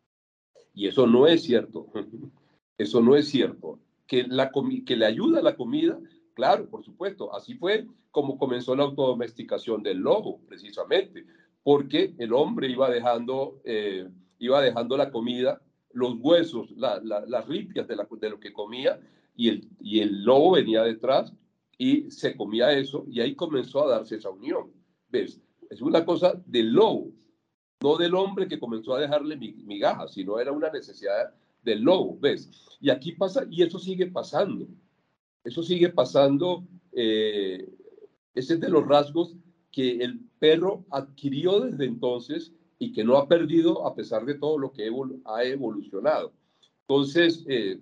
y eso no es cierto. Eso no es cierto. Que, la que le ayuda a la comida, claro, por supuesto. Así fue como comenzó la autodomesticación del lobo, precisamente, porque el hombre iba dejando, eh, iba dejando la comida, los huesos, la, la, las ripias de, la, de lo que comía, y el, y el lobo venía detrás y se comía eso, y ahí comenzó a darse esa unión. ¿Ves? Es una cosa del lobo, no del hombre que comenzó a dejarle migajas, sino era una necesidad del lobo, ¿ves? Y aquí pasa, y eso sigue pasando, eso sigue pasando, eh, ese es de los rasgos que el perro adquirió desde entonces y que no ha perdido a pesar de todo lo que evol ha evolucionado. Entonces... Eh,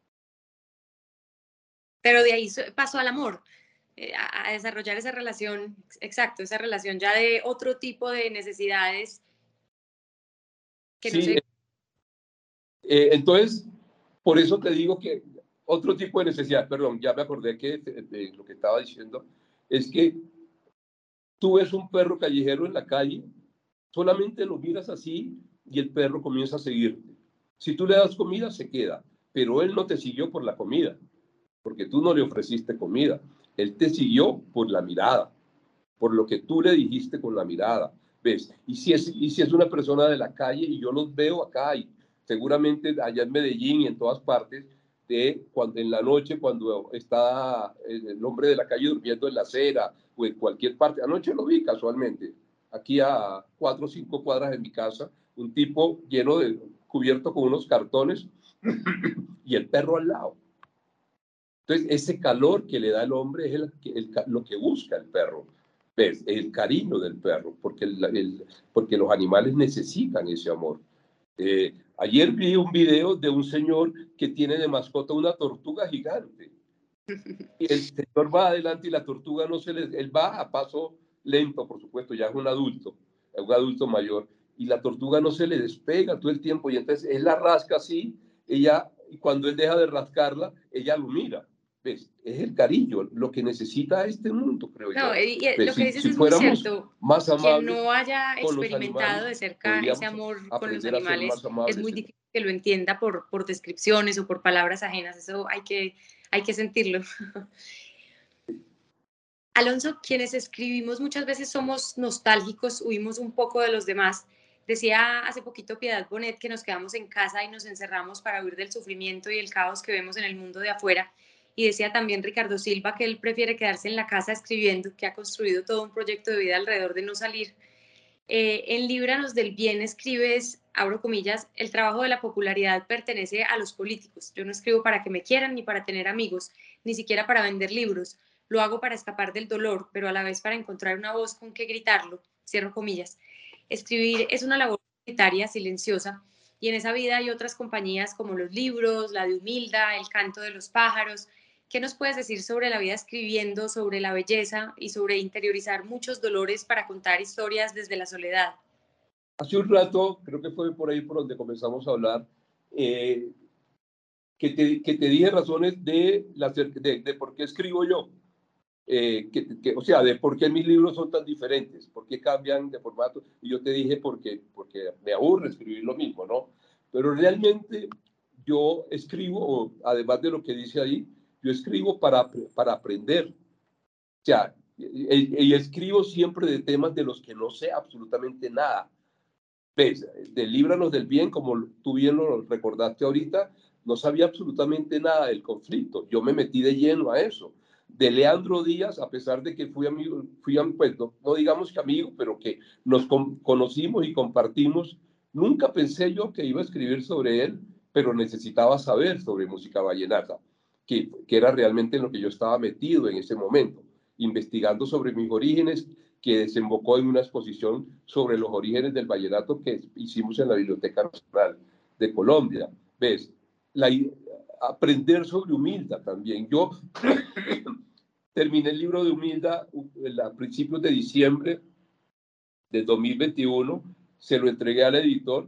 Pero de ahí pasó al amor, eh, a, a desarrollar esa relación, exacto, esa relación ya de otro tipo de necesidades que no sí, sé. eh, entonces, por eso te digo que otro tipo de necesidad, perdón, ya me acordé que de, de lo que estaba diciendo, es que tú ves un perro callejero en la calle, solamente lo miras así y el perro comienza a seguirte. Si tú le das comida, se queda, pero él no te siguió por la comida, porque tú no le ofreciste comida. Él te siguió por la mirada, por lo que tú le dijiste con la mirada. ¿Ves? Y si es, y si es una persona de la calle, y yo los veo acá, y seguramente allá en Medellín y en todas partes, de cuando, en la noche, cuando está el hombre de la calle durmiendo en la acera o en cualquier parte. Anoche lo vi casualmente, aquí a cuatro o cinco cuadras de mi casa, un tipo lleno de, cubierto con unos cartones y el perro al lado. Entonces, ese calor que le da el hombre es el, el, lo que busca el perro. ¿Ves? El cariño del perro, porque, el, el, porque los animales necesitan ese amor. Eh, ayer vi un video de un señor que tiene de mascota una tortuga gigante. Y el señor va adelante y la tortuga no se le... Él va a paso lento, por supuesto, ya es un adulto, es un adulto mayor, y la tortuga no se le despega todo el tiempo, y entonces él la rasca así, ella, y cuando él deja de rascarla, ella lo mira. ¿Ves? Es el cariño, lo que necesita este mundo, creo No, yo. y, y ¿Ves? lo que Si, dices si es muy fuéramos cierto. más Quien amables no haya con los experimentado animales, de cerca ese podríamos amor con los aprender a ser animales, más es amables. muy difícil que lo entienda por, por descripciones o por palabras ajenas. Eso hay que, hay que sentirlo. Alonso, quienes escribimos muchas veces somos nostálgicos, huimos un poco de los demás. Decía hace poquito Piedad Bonet que nos quedamos en casa y nos encerramos para huir del sufrimiento y el caos que vemos en el mundo de afuera. Y decía también Ricardo Silva que él prefiere quedarse en la casa escribiendo, que ha construido todo un proyecto de vida alrededor de no salir. Eh, en Líbranos del Bien escribes, abro comillas, el trabajo de la popularidad pertenece a los políticos. Yo no escribo para que me quieran ni para tener amigos, ni siquiera para vender libros. Lo hago para escapar del dolor, pero a la vez para encontrar una voz con que gritarlo. Cierro comillas. Escribir es una labor solitaria, silenciosa, y en esa vida hay otras compañías como los libros, la de Humilda, el canto de los pájaros. ¿Qué nos puedes decir sobre la vida escribiendo, sobre la belleza y sobre interiorizar muchos dolores para contar historias desde la soledad? Hace un rato, creo que fue por ahí por donde comenzamos a hablar, eh, que, te, que te dije razones de, la, de, de por qué escribo yo. Eh, que, que, o sea, de por qué mis libros son tan diferentes, por qué cambian de formato. Y yo te dije porque, porque me aburre escribir lo mismo, ¿no? Pero realmente yo escribo, además de lo que dice ahí, yo escribo para, para aprender. O sea, y, y escribo siempre de temas de los que no sé absolutamente nada. ¿Ves? De Líbranos del Bien, como tú bien lo recordaste ahorita, no sabía absolutamente nada del conflicto. Yo me metí de lleno a eso. De Leandro Díaz, a pesar de que fui amigo, fui pues, no, no digamos que amigo, pero que nos con, conocimos y compartimos, nunca pensé yo que iba a escribir sobre él, pero necesitaba saber sobre música vallenata, que, que era realmente en lo que yo estaba metido en ese momento, investigando sobre mis orígenes, que desembocó en una exposición sobre los orígenes del vallenato que hicimos en la Biblioteca Nacional de Colombia. ¿Ves? La, aprender sobre Humilda también. Yo terminé el libro de Humilda a principios de diciembre de dos mil veintiuno, se lo entregué al editor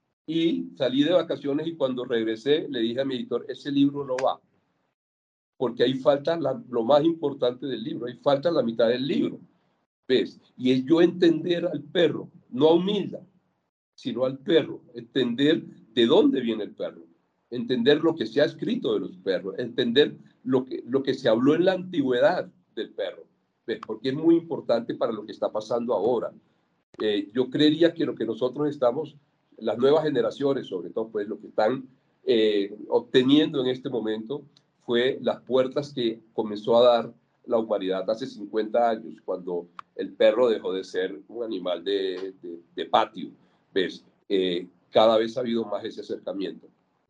y salí de vacaciones, y cuando regresé le dije a mi editor, ese libro no va, porque ahí falta la, lo más importante del libro, ahí falta la mitad del libro. ¿Ves? Y es yo entender al perro, no a Humilda, sino al perro, entender de dónde viene el perro, entender lo que se ha escrito de los perros, entender lo que, lo que se habló en la antigüedad del perro, ¿ves? Porque es muy importante para lo que está pasando ahora. Eh, yo creería que lo que nosotros estamos, las nuevas generaciones, sobre todo, pues lo que están eh, obteniendo en este momento fue las puertas que comenzó a dar la humanidad hace cincuenta años, cuando el perro dejó de ser un animal de, de, de patio. ¿Ves? Eh, cada vez ha habido más ese acercamiento.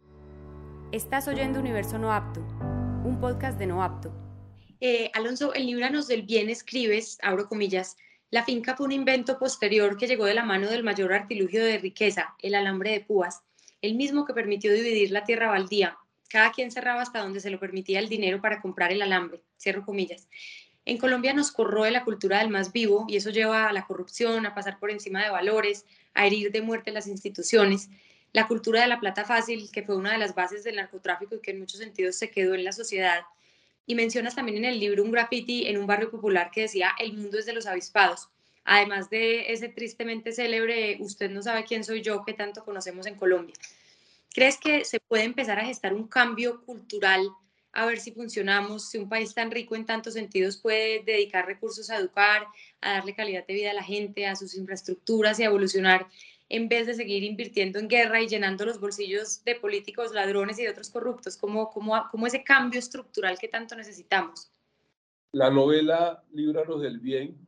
Estás oyendo Universo No Apto, un podcast de No Apto. Eh, Alonso, en Líbranos del Bien escribes, abro comillas, la finca fue un invento posterior que llegó de la mano del mayor artilugio de riqueza, el alambre de púas, el mismo que permitió dividir la tierra baldía. Cada quien cerraba hasta donde se lo permitía el dinero para comprar el alambre, cierro comillas. En Colombia nos corroe la cultura del más vivo y eso lleva a la corrupción, a pasar por encima de valores, a herir de muerte las instituciones. La cultura de la plata fácil, que fue una de las bases del narcotráfico y que en muchos sentidos se quedó en la sociedad. Y mencionas también en el libro un graffiti en un barrio popular que decía el mundo es de los avispados, además de ese tristemente célebre usted no sabe quién soy yo que tanto conocemos en Colombia. ¿Crees que se puede empezar a gestar un cambio cultural a ver si funcionamos, si un país tan rico en tantos sentidos puede dedicar recursos a educar, a darle calidad de vida a la gente, a sus infraestructuras y a evolucionar, en vez de seguir invirtiendo en guerra y llenando los bolsillos de políticos ladrones y de otros corruptos? ¿Cómo, cómo, cómo ese cambio estructural que tanto necesitamos? La novela Líbranos del Bien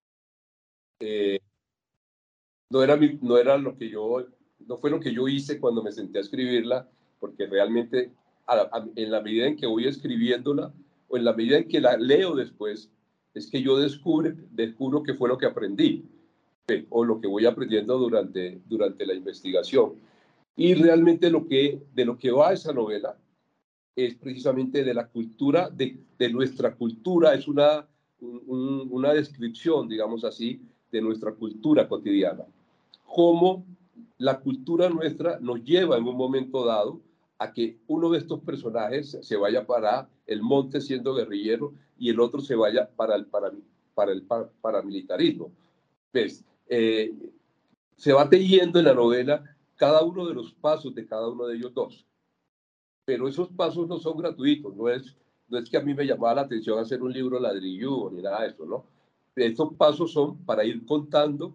eh, no, era mi, no era lo que yo, no fue lo que yo hice cuando me senté a escribirla, porque realmente a, a, en la medida en que voy escribiéndola, o en la medida en que la leo después, es que yo descubro, descubro qué fue lo que aprendí, o lo que voy aprendiendo durante, durante la investigación. Y realmente lo que, de lo que va esa novela es precisamente de la cultura, de, de nuestra cultura, es una, un, una descripción, digamos así, de nuestra cultura cotidiana. Cómo la cultura nuestra nos lleva en un momento dado a que uno de estos personajes se vaya para el monte siendo guerrillero y el otro se vaya para el, para, para el paramilitarismo. ¿Ves? Eh, se va tejiendo en la novela cada uno de los pasos de cada uno de ellos dos. Pero esos pasos no son gratuitos, no es, no es que a mí me llamaba la atención hacer un libro ladrilludo ni nada de eso, ¿no? Estos pasos son para ir contando,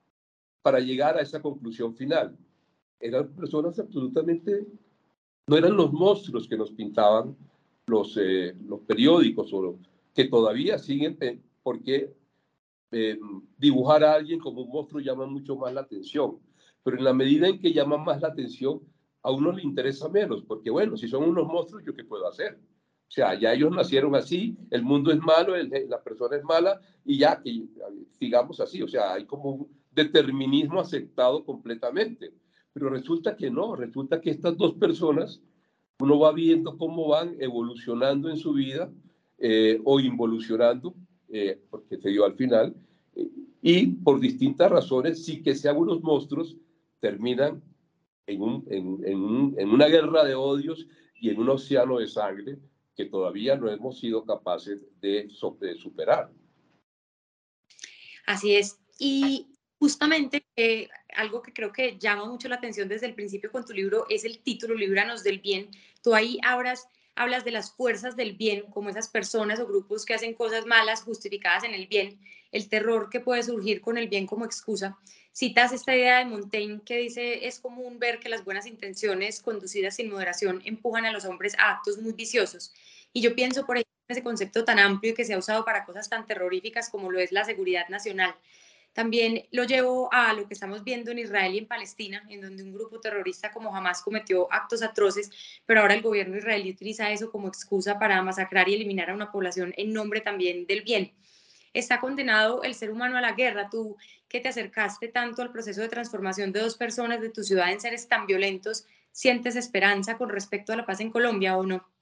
para llegar a esa conclusión final. Eran personas absolutamente, no eran los monstruos que nos pintaban los, eh, los periódicos, o que todavía siguen, porque eh, dibujar a alguien como un monstruo llama mucho más la atención, pero en la medida en que llama más la atención, a uno le interesa menos, porque bueno, si son unos monstruos, ¿yo qué puedo hacer? O sea, ya ellos nacieron así, el mundo es malo, el, la persona es mala, y ya, y, digamos así, o sea, hay como un determinismo aceptado completamente, pero resulta que no, resulta que estas dos personas, uno va viendo cómo van evolucionando en su vida, eh, o involucionando, eh, porque se dio al final, eh, y por distintas razones, sí que sean unos monstruos, terminan en, un, en, en, un, en una guerra de odios y en un océano de sangre que todavía no hemos sido capaces de, de superar. Así es. Y Justamente, eh, algo que creo que llama mucho la atención desde el principio con tu libro es el título, Líbranos del bien. Tú ahí hablas, hablas de las fuerzas del bien, como esas personas o grupos que hacen cosas malas justificadas en el bien, el terror que puede surgir con el bien como excusa. Citas esta idea de Montaigne que dice, es común ver que las buenas intenciones conducidas sin moderación empujan a los hombres a actos muy viciosos. Y yo pienso, por ejemplo, en ese concepto tan amplio y que se ha usado para cosas tan terroríficas como lo es la seguridad nacional. También lo llevo a lo que estamos viendo en Israel y en Palestina, en donde un grupo terrorista como Hamas cometió actos atroces, pero ahora el gobierno israelí utiliza eso como excusa para masacrar y eliminar a una población en nombre también del bien. Está condenado el ser humano a la guerra. Tú que te acercaste tanto al proceso de transformación de dos personas de tu ciudad en seres tan violentos, ¿sientes esperanza con respecto a la paz en Colombia o no?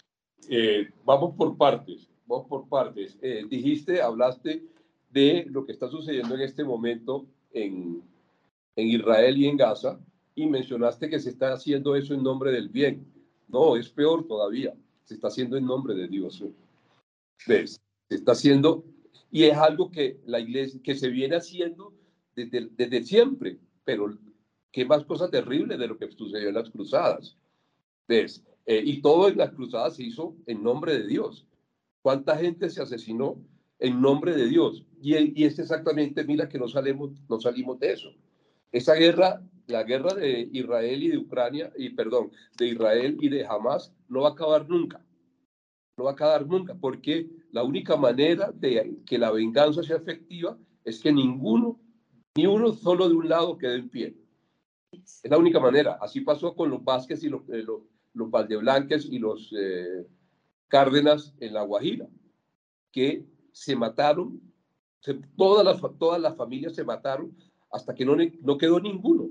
Eh, vamos por partes, vamos por partes. Eh, dijiste, hablaste de lo que está sucediendo en este momento en, en Israel y en Gaza, y mencionaste que se está haciendo eso en nombre del bien. No, es peor todavía, se está haciendo en nombre de Dios. ¿Ves? Se está haciendo, y es algo que la iglesia, que se viene haciendo desde, desde siempre, pero qué más cosa terrible de lo que sucedió en las cruzadas. ¿Ves? Eh, y todo en las cruzadas se hizo en nombre de Dios. ¿Cuánta gente se asesinó en nombre de Dios? Y, y es exactamente, mira que no salimos, no salimos de eso. Esa guerra, la guerra de Israel y de Ucrania, y perdón, de Israel y de Hamas, no va a acabar nunca. No va a acabar nunca, porque la única manera de que la venganza sea efectiva es que ninguno, ni uno solo de un lado quede en pie. Es la única manera. Así pasó con los Vázquez y los, eh, los, los Valdeblanques y los eh, Cárdenas en La Guajira, que se mataron, se, todas, las, todas las familias se mataron hasta que no, no quedó ninguno,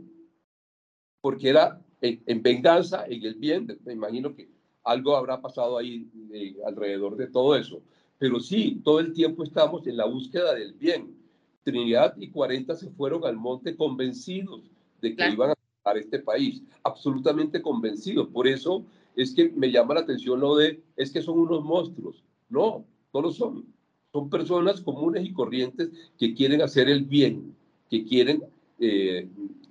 porque era en, en venganza, en el bien. Me imagino que algo habrá pasado ahí eh, alrededor de todo eso. Pero sí, todo el tiempo estamos en la búsqueda del bien. Trinidad y cuarenta se fueron al monte convencidos de que Claro. iban a a este país, absolutamente convencidos. Por eso es que me llama la atención lo de, es que son unos monstruos. No, no lo son. Son personas comunes y corrientes que quieren hacer el bien, que quieren eh,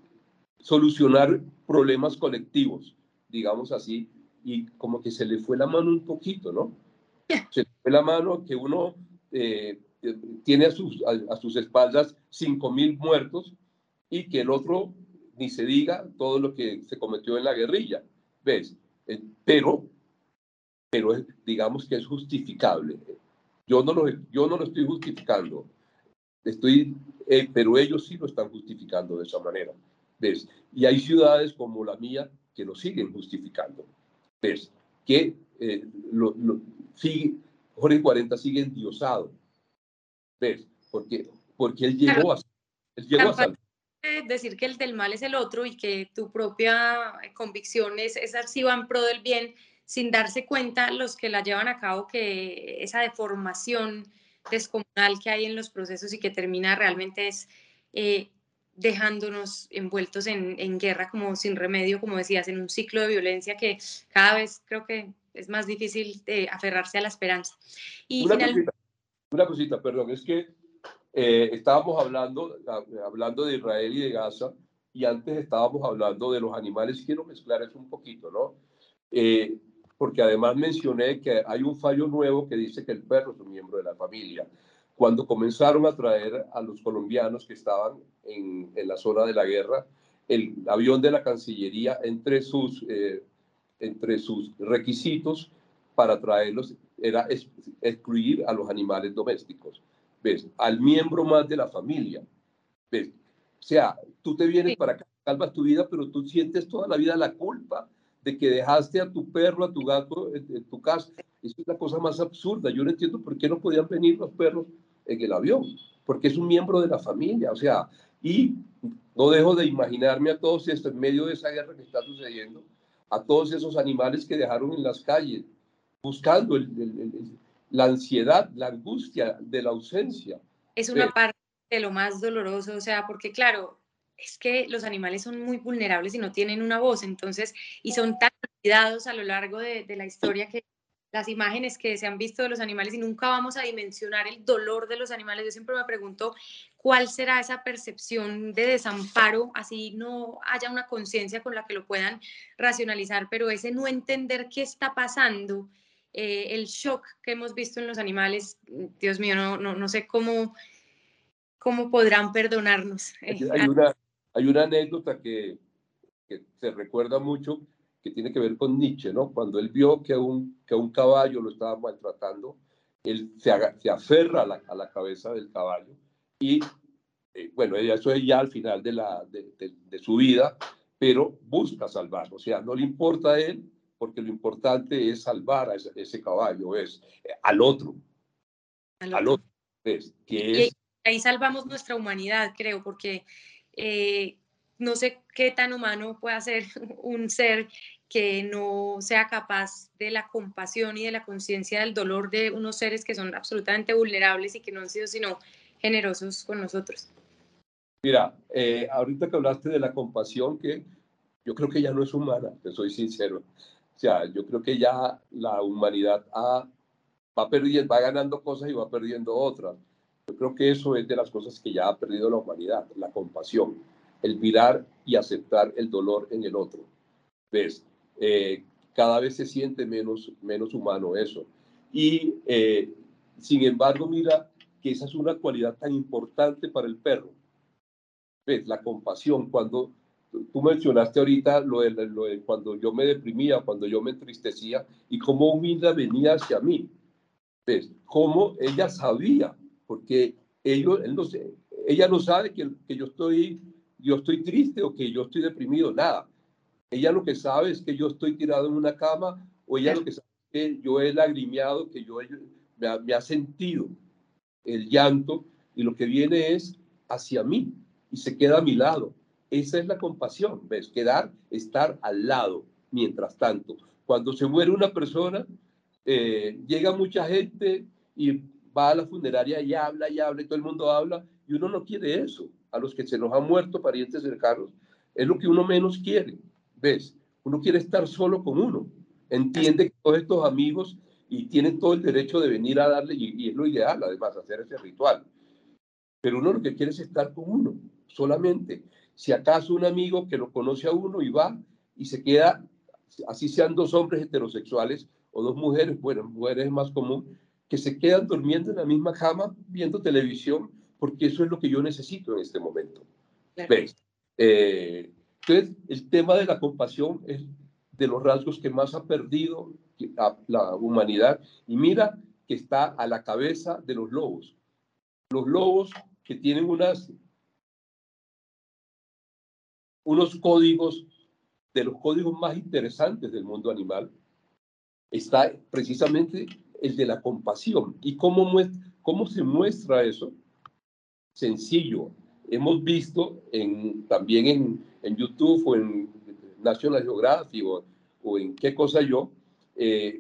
solucionar problemas colectivos, digamos así, y como que se le fue la mano un poquito, ¿no? Se le fue la mano que uno eh, tiene a sus, a, a sus espaldas cinco mil muertos y que el otro ni se diga todo lo que se cometió en la guerrilla, ¿ves? Eh, pero, pero es, digamos que es justificable. Yo no lo, yo no lo estoy justificando, estoy, eh, pero ellos sí lo están justificando de esa manera, ¿ves? Y hay ciudades como la mía que lo siguen justificando, ¿ves? Que eh, lo, lo, sigue, Jorge cuarenta sigue endiosado, ¿ves? Porque, porque él Claro, llegó a, él llegó a tan salvar. decir que el del mal es el otro y que tu propia convicción es, es así va en pro del bien, sin darse cuenta los que la llevan a cabo que esa deformación descomunal que hay en los procesos y que termina realmente es eh, dejándonos envueltos en, en guerra como sin remedio, como decías, en un ciclo de violencia que cada vez creo que es más difícil de aferrarse a la esperanza. Y Una finalmente, cosita, una cosita, perdón, es que eh, estábamos hablando, hablando de Israel y de Gaza, y antes estábamos hablando de los animales. Quiero mezclar eso un poquito, ¿no? Eh, porque además mencioné que hay un fallo nuevo que dice que el perro es un miembro de la familia. Cuando comenzaron a traer a los colombianos que estaban en, en la zona de la guerra, el avión de la Cancillería, entre sus, eh, entre sus requisitos para traerlos, era excluir a los animales domésticos, ¿ves? Al miembro más de la familia, ¿ves? O sea, tú te vienes para acá, salvas tu vida, pero tú sientes toda la vida la culpa de que dejaste a tu perro, a tu gato en, en tu casa. Eso es la cosa más absurda. Yo no entiendo por qué no podían venir los perros en el avión, porque es un miembro de la familia, o sea, y no dejo de imaginarme a todos estos, en medio de esa guerra que está sucediendo, a todos esos animales que dejaron en las calles, buscando el, el, el, la ansiedad, la angustia de la ausencia. es una ¿Ves? parte de lo más doloroso, o sea, porque claro, es que los animales son muy vulnerables y no tienen una voz, entonces, y son tan olvidados a lo largo de, de la historia que las imágenes que se han visto de los animales y nunca vamos a dimensionar el dolor de los animales. Yo siempre me pregunto cuál será esa percepción de desamparo, así no haya una conciencia con la que lo puedan racionalizar, pero ese no entender qué está pasando, eh, el shock que hemos visto en los animales, Dios mío, no, no, no sé cómo, cómo podrán perdonarnos. Hay, hay, una, hay una anécdota que, que se recuerda mucho, que tiene que ver con Nietzsche, ¿no? Cuando él vio que un, que un caballo lo estaba maltratando, él se, haga, se aferra a la, a la cabeza del caballo y, eh, bueno, eso es ya al final de, la, de, de, de su vida, pero busca salvarlo, o sea, no le importa a él, porque lo importante es salvar a ese, ese caballo, es eh, al otro, al otro, al otro es, que y es... ahí salvamos nuestra humanidad, creo, porque eh, no sé qué tan humano puede ser un ser que no sea capaz de la compasión y de la conciencia del dolor de unos seres que son absolutamente vulnerables y que no han sido sino generosos con nosotros. Mira, eh, ahorita que hablaste de la compasión, que yo creo que ya no es humana, te soy sincero. O sea, yo creo que ya la humanidad ha, va perdiendo, va ganando cosas y va perdiendo otras. Yo creo que eso es de las cosas que ya ha perdido la humanidad, la compasión, el mirar y aceptar el dolor en el otro. ¿Ves? Eh, cada vez se siente menos, menos humano eso. Y, eh, sin embargo, mira que esa es una cualidad tan importante para el perro. ¿Ves? La compasión. Cuando tú mencionaste ahorita lo de, lo de cuando yo me deprimía, cuando yo me entristecía, y cómo Humilda venía hacia mí. ¿Ves? Cómo ella sabía, porque ellos, él no sé, ella no sabe que, que yo, estoy, yo estoy triste o que yo estoy deprimido, nada. Ella lo que sabe es que yo estoy tirado en una cama, o ella lo que sabe es que yo he lagrimeado, que yo me ha, me ha sentido el llanto, y lo que viene es hacia mí y se queda a mi lado. Esa es la compasión, ¿ves? Quedar, estar al lado mientras tanto. Cuando se muere una persona, eh, llega mucha gente y va a la funeraria y habla y habla y todo el mundo habla, y uno no quiere eso. A los que se nos han muerto parientes cercanos, es lo que uno menos quiere, ¿ves? Uno quiere estar solo con uno. Entiende que todos estos amigos y tienen todo el derecho de venir a darle, y, y es lo ideal, además, hacer ese ritual. Pero uno lo que quiere es estar con uno, solamente. Si acaso un amigo que lo conoce a uno y va y se queda, así sean dos hombres heterosexuales o dos mujeres, bueno, mujeres es más común, que se quedan durmiendo en la misma cama viendo televisión, porque eso es lo que yo necesito en este momento. Claro. ¿Ves? Eh, entonces, el tema de la compasión es de los rasgos que más ha perdido a la humanidad, y mira que está a la cabeza de los lobos. Los lobos que tienen unas, unos códigos, de los códigos más interesantes del mundo animal, está precisamente el de la compasión. ¿Y cómo, cómo se muestra eso? Sencillo. Hemos visto en, también en, en YouTube o en National Geographic o, o en qué cosa yo, eh,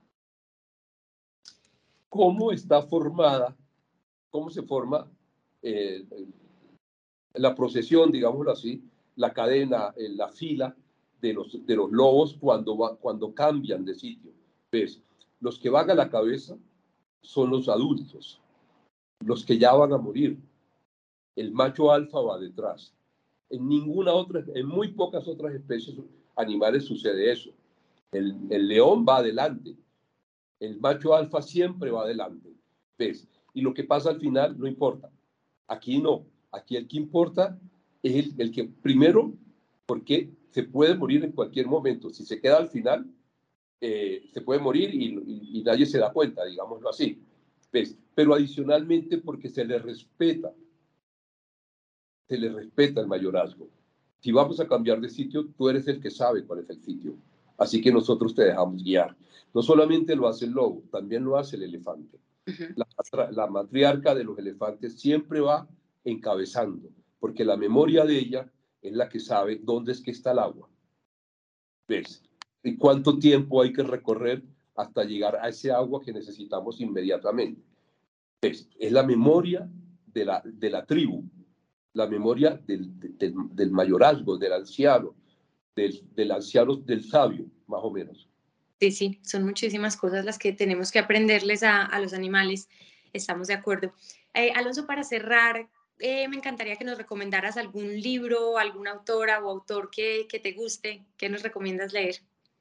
cómo está formada, cómo se forma eh, la procesión, digámoslo así, la cadena, la fila de los, de los lobos cuando, va, cuando cambian de sitio. ¿Ves? Los que van a la cabeza son los adultos, los que ya van a morir. El macho alfa va detrás. En ninguna otra, en muy pocas otras especies animales sucede eso. El, el león va adelante. El macho alfa siempre va adelante. ¿Ves? Y lo que pasa al final no importa. Aquí no. Aquí el que importa es el, el que primero, porque se puede morir en cualquier momento. Si se queda al final, eh, se puede morir y, y, y nadie se da cuenta, digámoslo así. ¿Ves? Pero adicionalmente porque se le respeta. Se le respeta el mayorazgo. Si vamos a cambiar de sitio, tú eres el que sabe cuál es el sitio. Así que nosotros te dejamos guiar. No solamente lo hace el lobo, también lo hace el elefante. Uh-huh. la, la matriarca de los elefantes siempre va encabezando, porque la memoria de ella es la que sabe dónde es que está el agua. ¿Ves? Y cuánto tiempo hay que recorrer hasta llegar a ese agua que necesitamos inmediatamente. ¿Ves? Es la memoria de la, de la tribu, la memoria del, del, del mayorazgo, del anciano, del, del anciano, del sabio, más o menos. Sí, sí, son muchísimas cosas las que tenemos que aprenderles a, a los animales, estamos de acuerdo. Eh, Alonso, para cerrar, eh, me encantaría que nos recomendaras algún libro, alguna autora o autor que, que te guste, ¿qué nos recomiendas leer?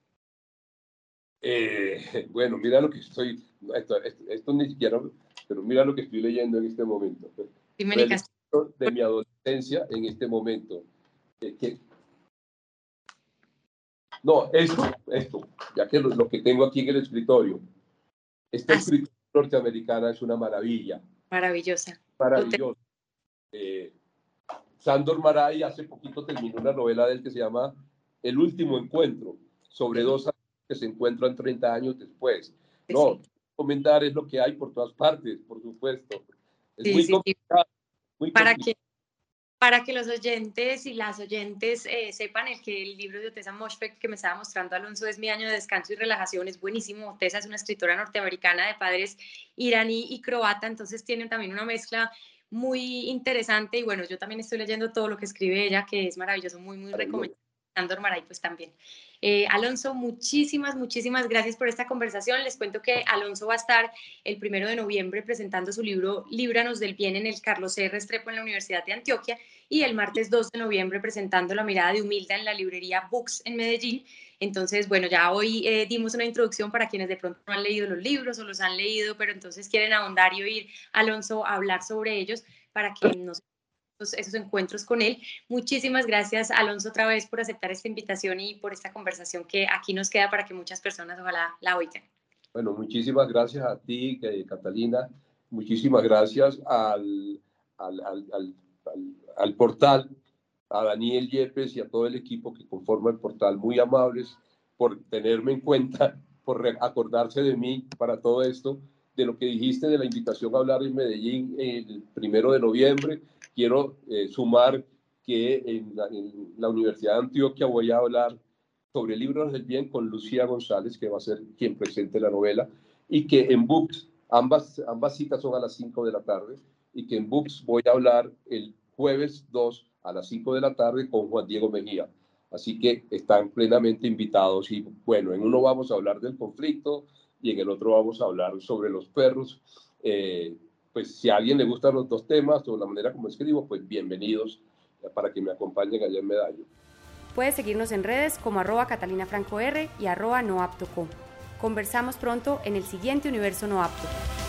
Eh, bueno, mira lo que estoy, esto, esto, esto ni siquiera, pero mira lo que estoy leyendo en este momento. Dime, Nicas. Relecto de mi adolescencia en este momento. Eh, que, no, esto, esto, ya que lo, lo que tengo aquí en el escritorio. Esta Ah, sí, escritora norteamericana es una maravilla. maravillosa. Maravillosa. Eh, Sándor Márai hace poquito terminó una novela de él que se llama El último encuentro, sobre Sí, dos amigos que se encuentran treinta años después. sí, No, sí, comentar es lo que hay por todas partes, por supuesto. Es sí, muy sí, sí. complicado, muy Para complicado. que, para que los oyentes y las oyentes eh, sepan el que el libro de Ottessa Moshfegh que me estaba mostrando Alonso es Mi año de descanso y relajación, es buenísimo. Ottessa es una escritora norteamericana de padres iraní y croata, entonces tienen también una mezcla muy interesante y bueno, yo también estoy leyendo todo lo que escribe ella, que es maravilloso, muy, muy recomendable. Sándor Márai, pues también. Eh, Alonso, muchísimas, muchísimas gracias por esta conversación. Les cuento que Alonso va a estar el primero de noviembre presentando su libro Líbranos del Bien en el Carlos C. Restrepo en la Universidad de Antioquia y el martes dos de noviembre presentando La Mirada de Humilda en la librería Books en Medellín. Entonces, bueno, ya hoy eh, dimos una introducción para quienes de pronto no han leído los libros o los han leído, pero entonces quieren ahondar y oír a Alonso hablar sobre ellos para que nos esos, esos encuentros con él. Muchísimas gracias, Alonso, otra vez por aceptar esta invitación y por esta conversación que aquí nos queda para que muchas personas ojalá la oigan. Bueno, muchísimas gracias a ti, eh, Catalina. Muchísimas gracias al, al, al, al, al, al portal, a Daniel Yepes y a todo el equipo que conforma el portal, muy amables por tenerme en cuenta, por acordarse de mí para todo esto, de lo que dijiste de la invitación a hablar en Medellín el primero de noviembre. Quiero eh, sumar que en la, en la Universidad de Antioquia voy a hablar sobre Libros del Bien con Lucía González, que va a ser quien presente la novela, y que en Books, ambas, ambas citas son a las cinco de la tarde, y que en Books voy a hablar el jueves dos a las cinco de la tarde con Juan Diego Mejía. Así que están plenamente invitados y bueno, en uno vamos a hablar del conflicto y en el otro vamos a hablar sobre los perros. Eh, pues si a alguien le gustan los dos temas o la manera como escribo, pues bienvenidos para que me acompañen allá en Medallo. Puedes seguirnos en redes como arroba Catalina Franco R y arroba noaptoco. Conversamos pronto en el siguiente Universo No Apto.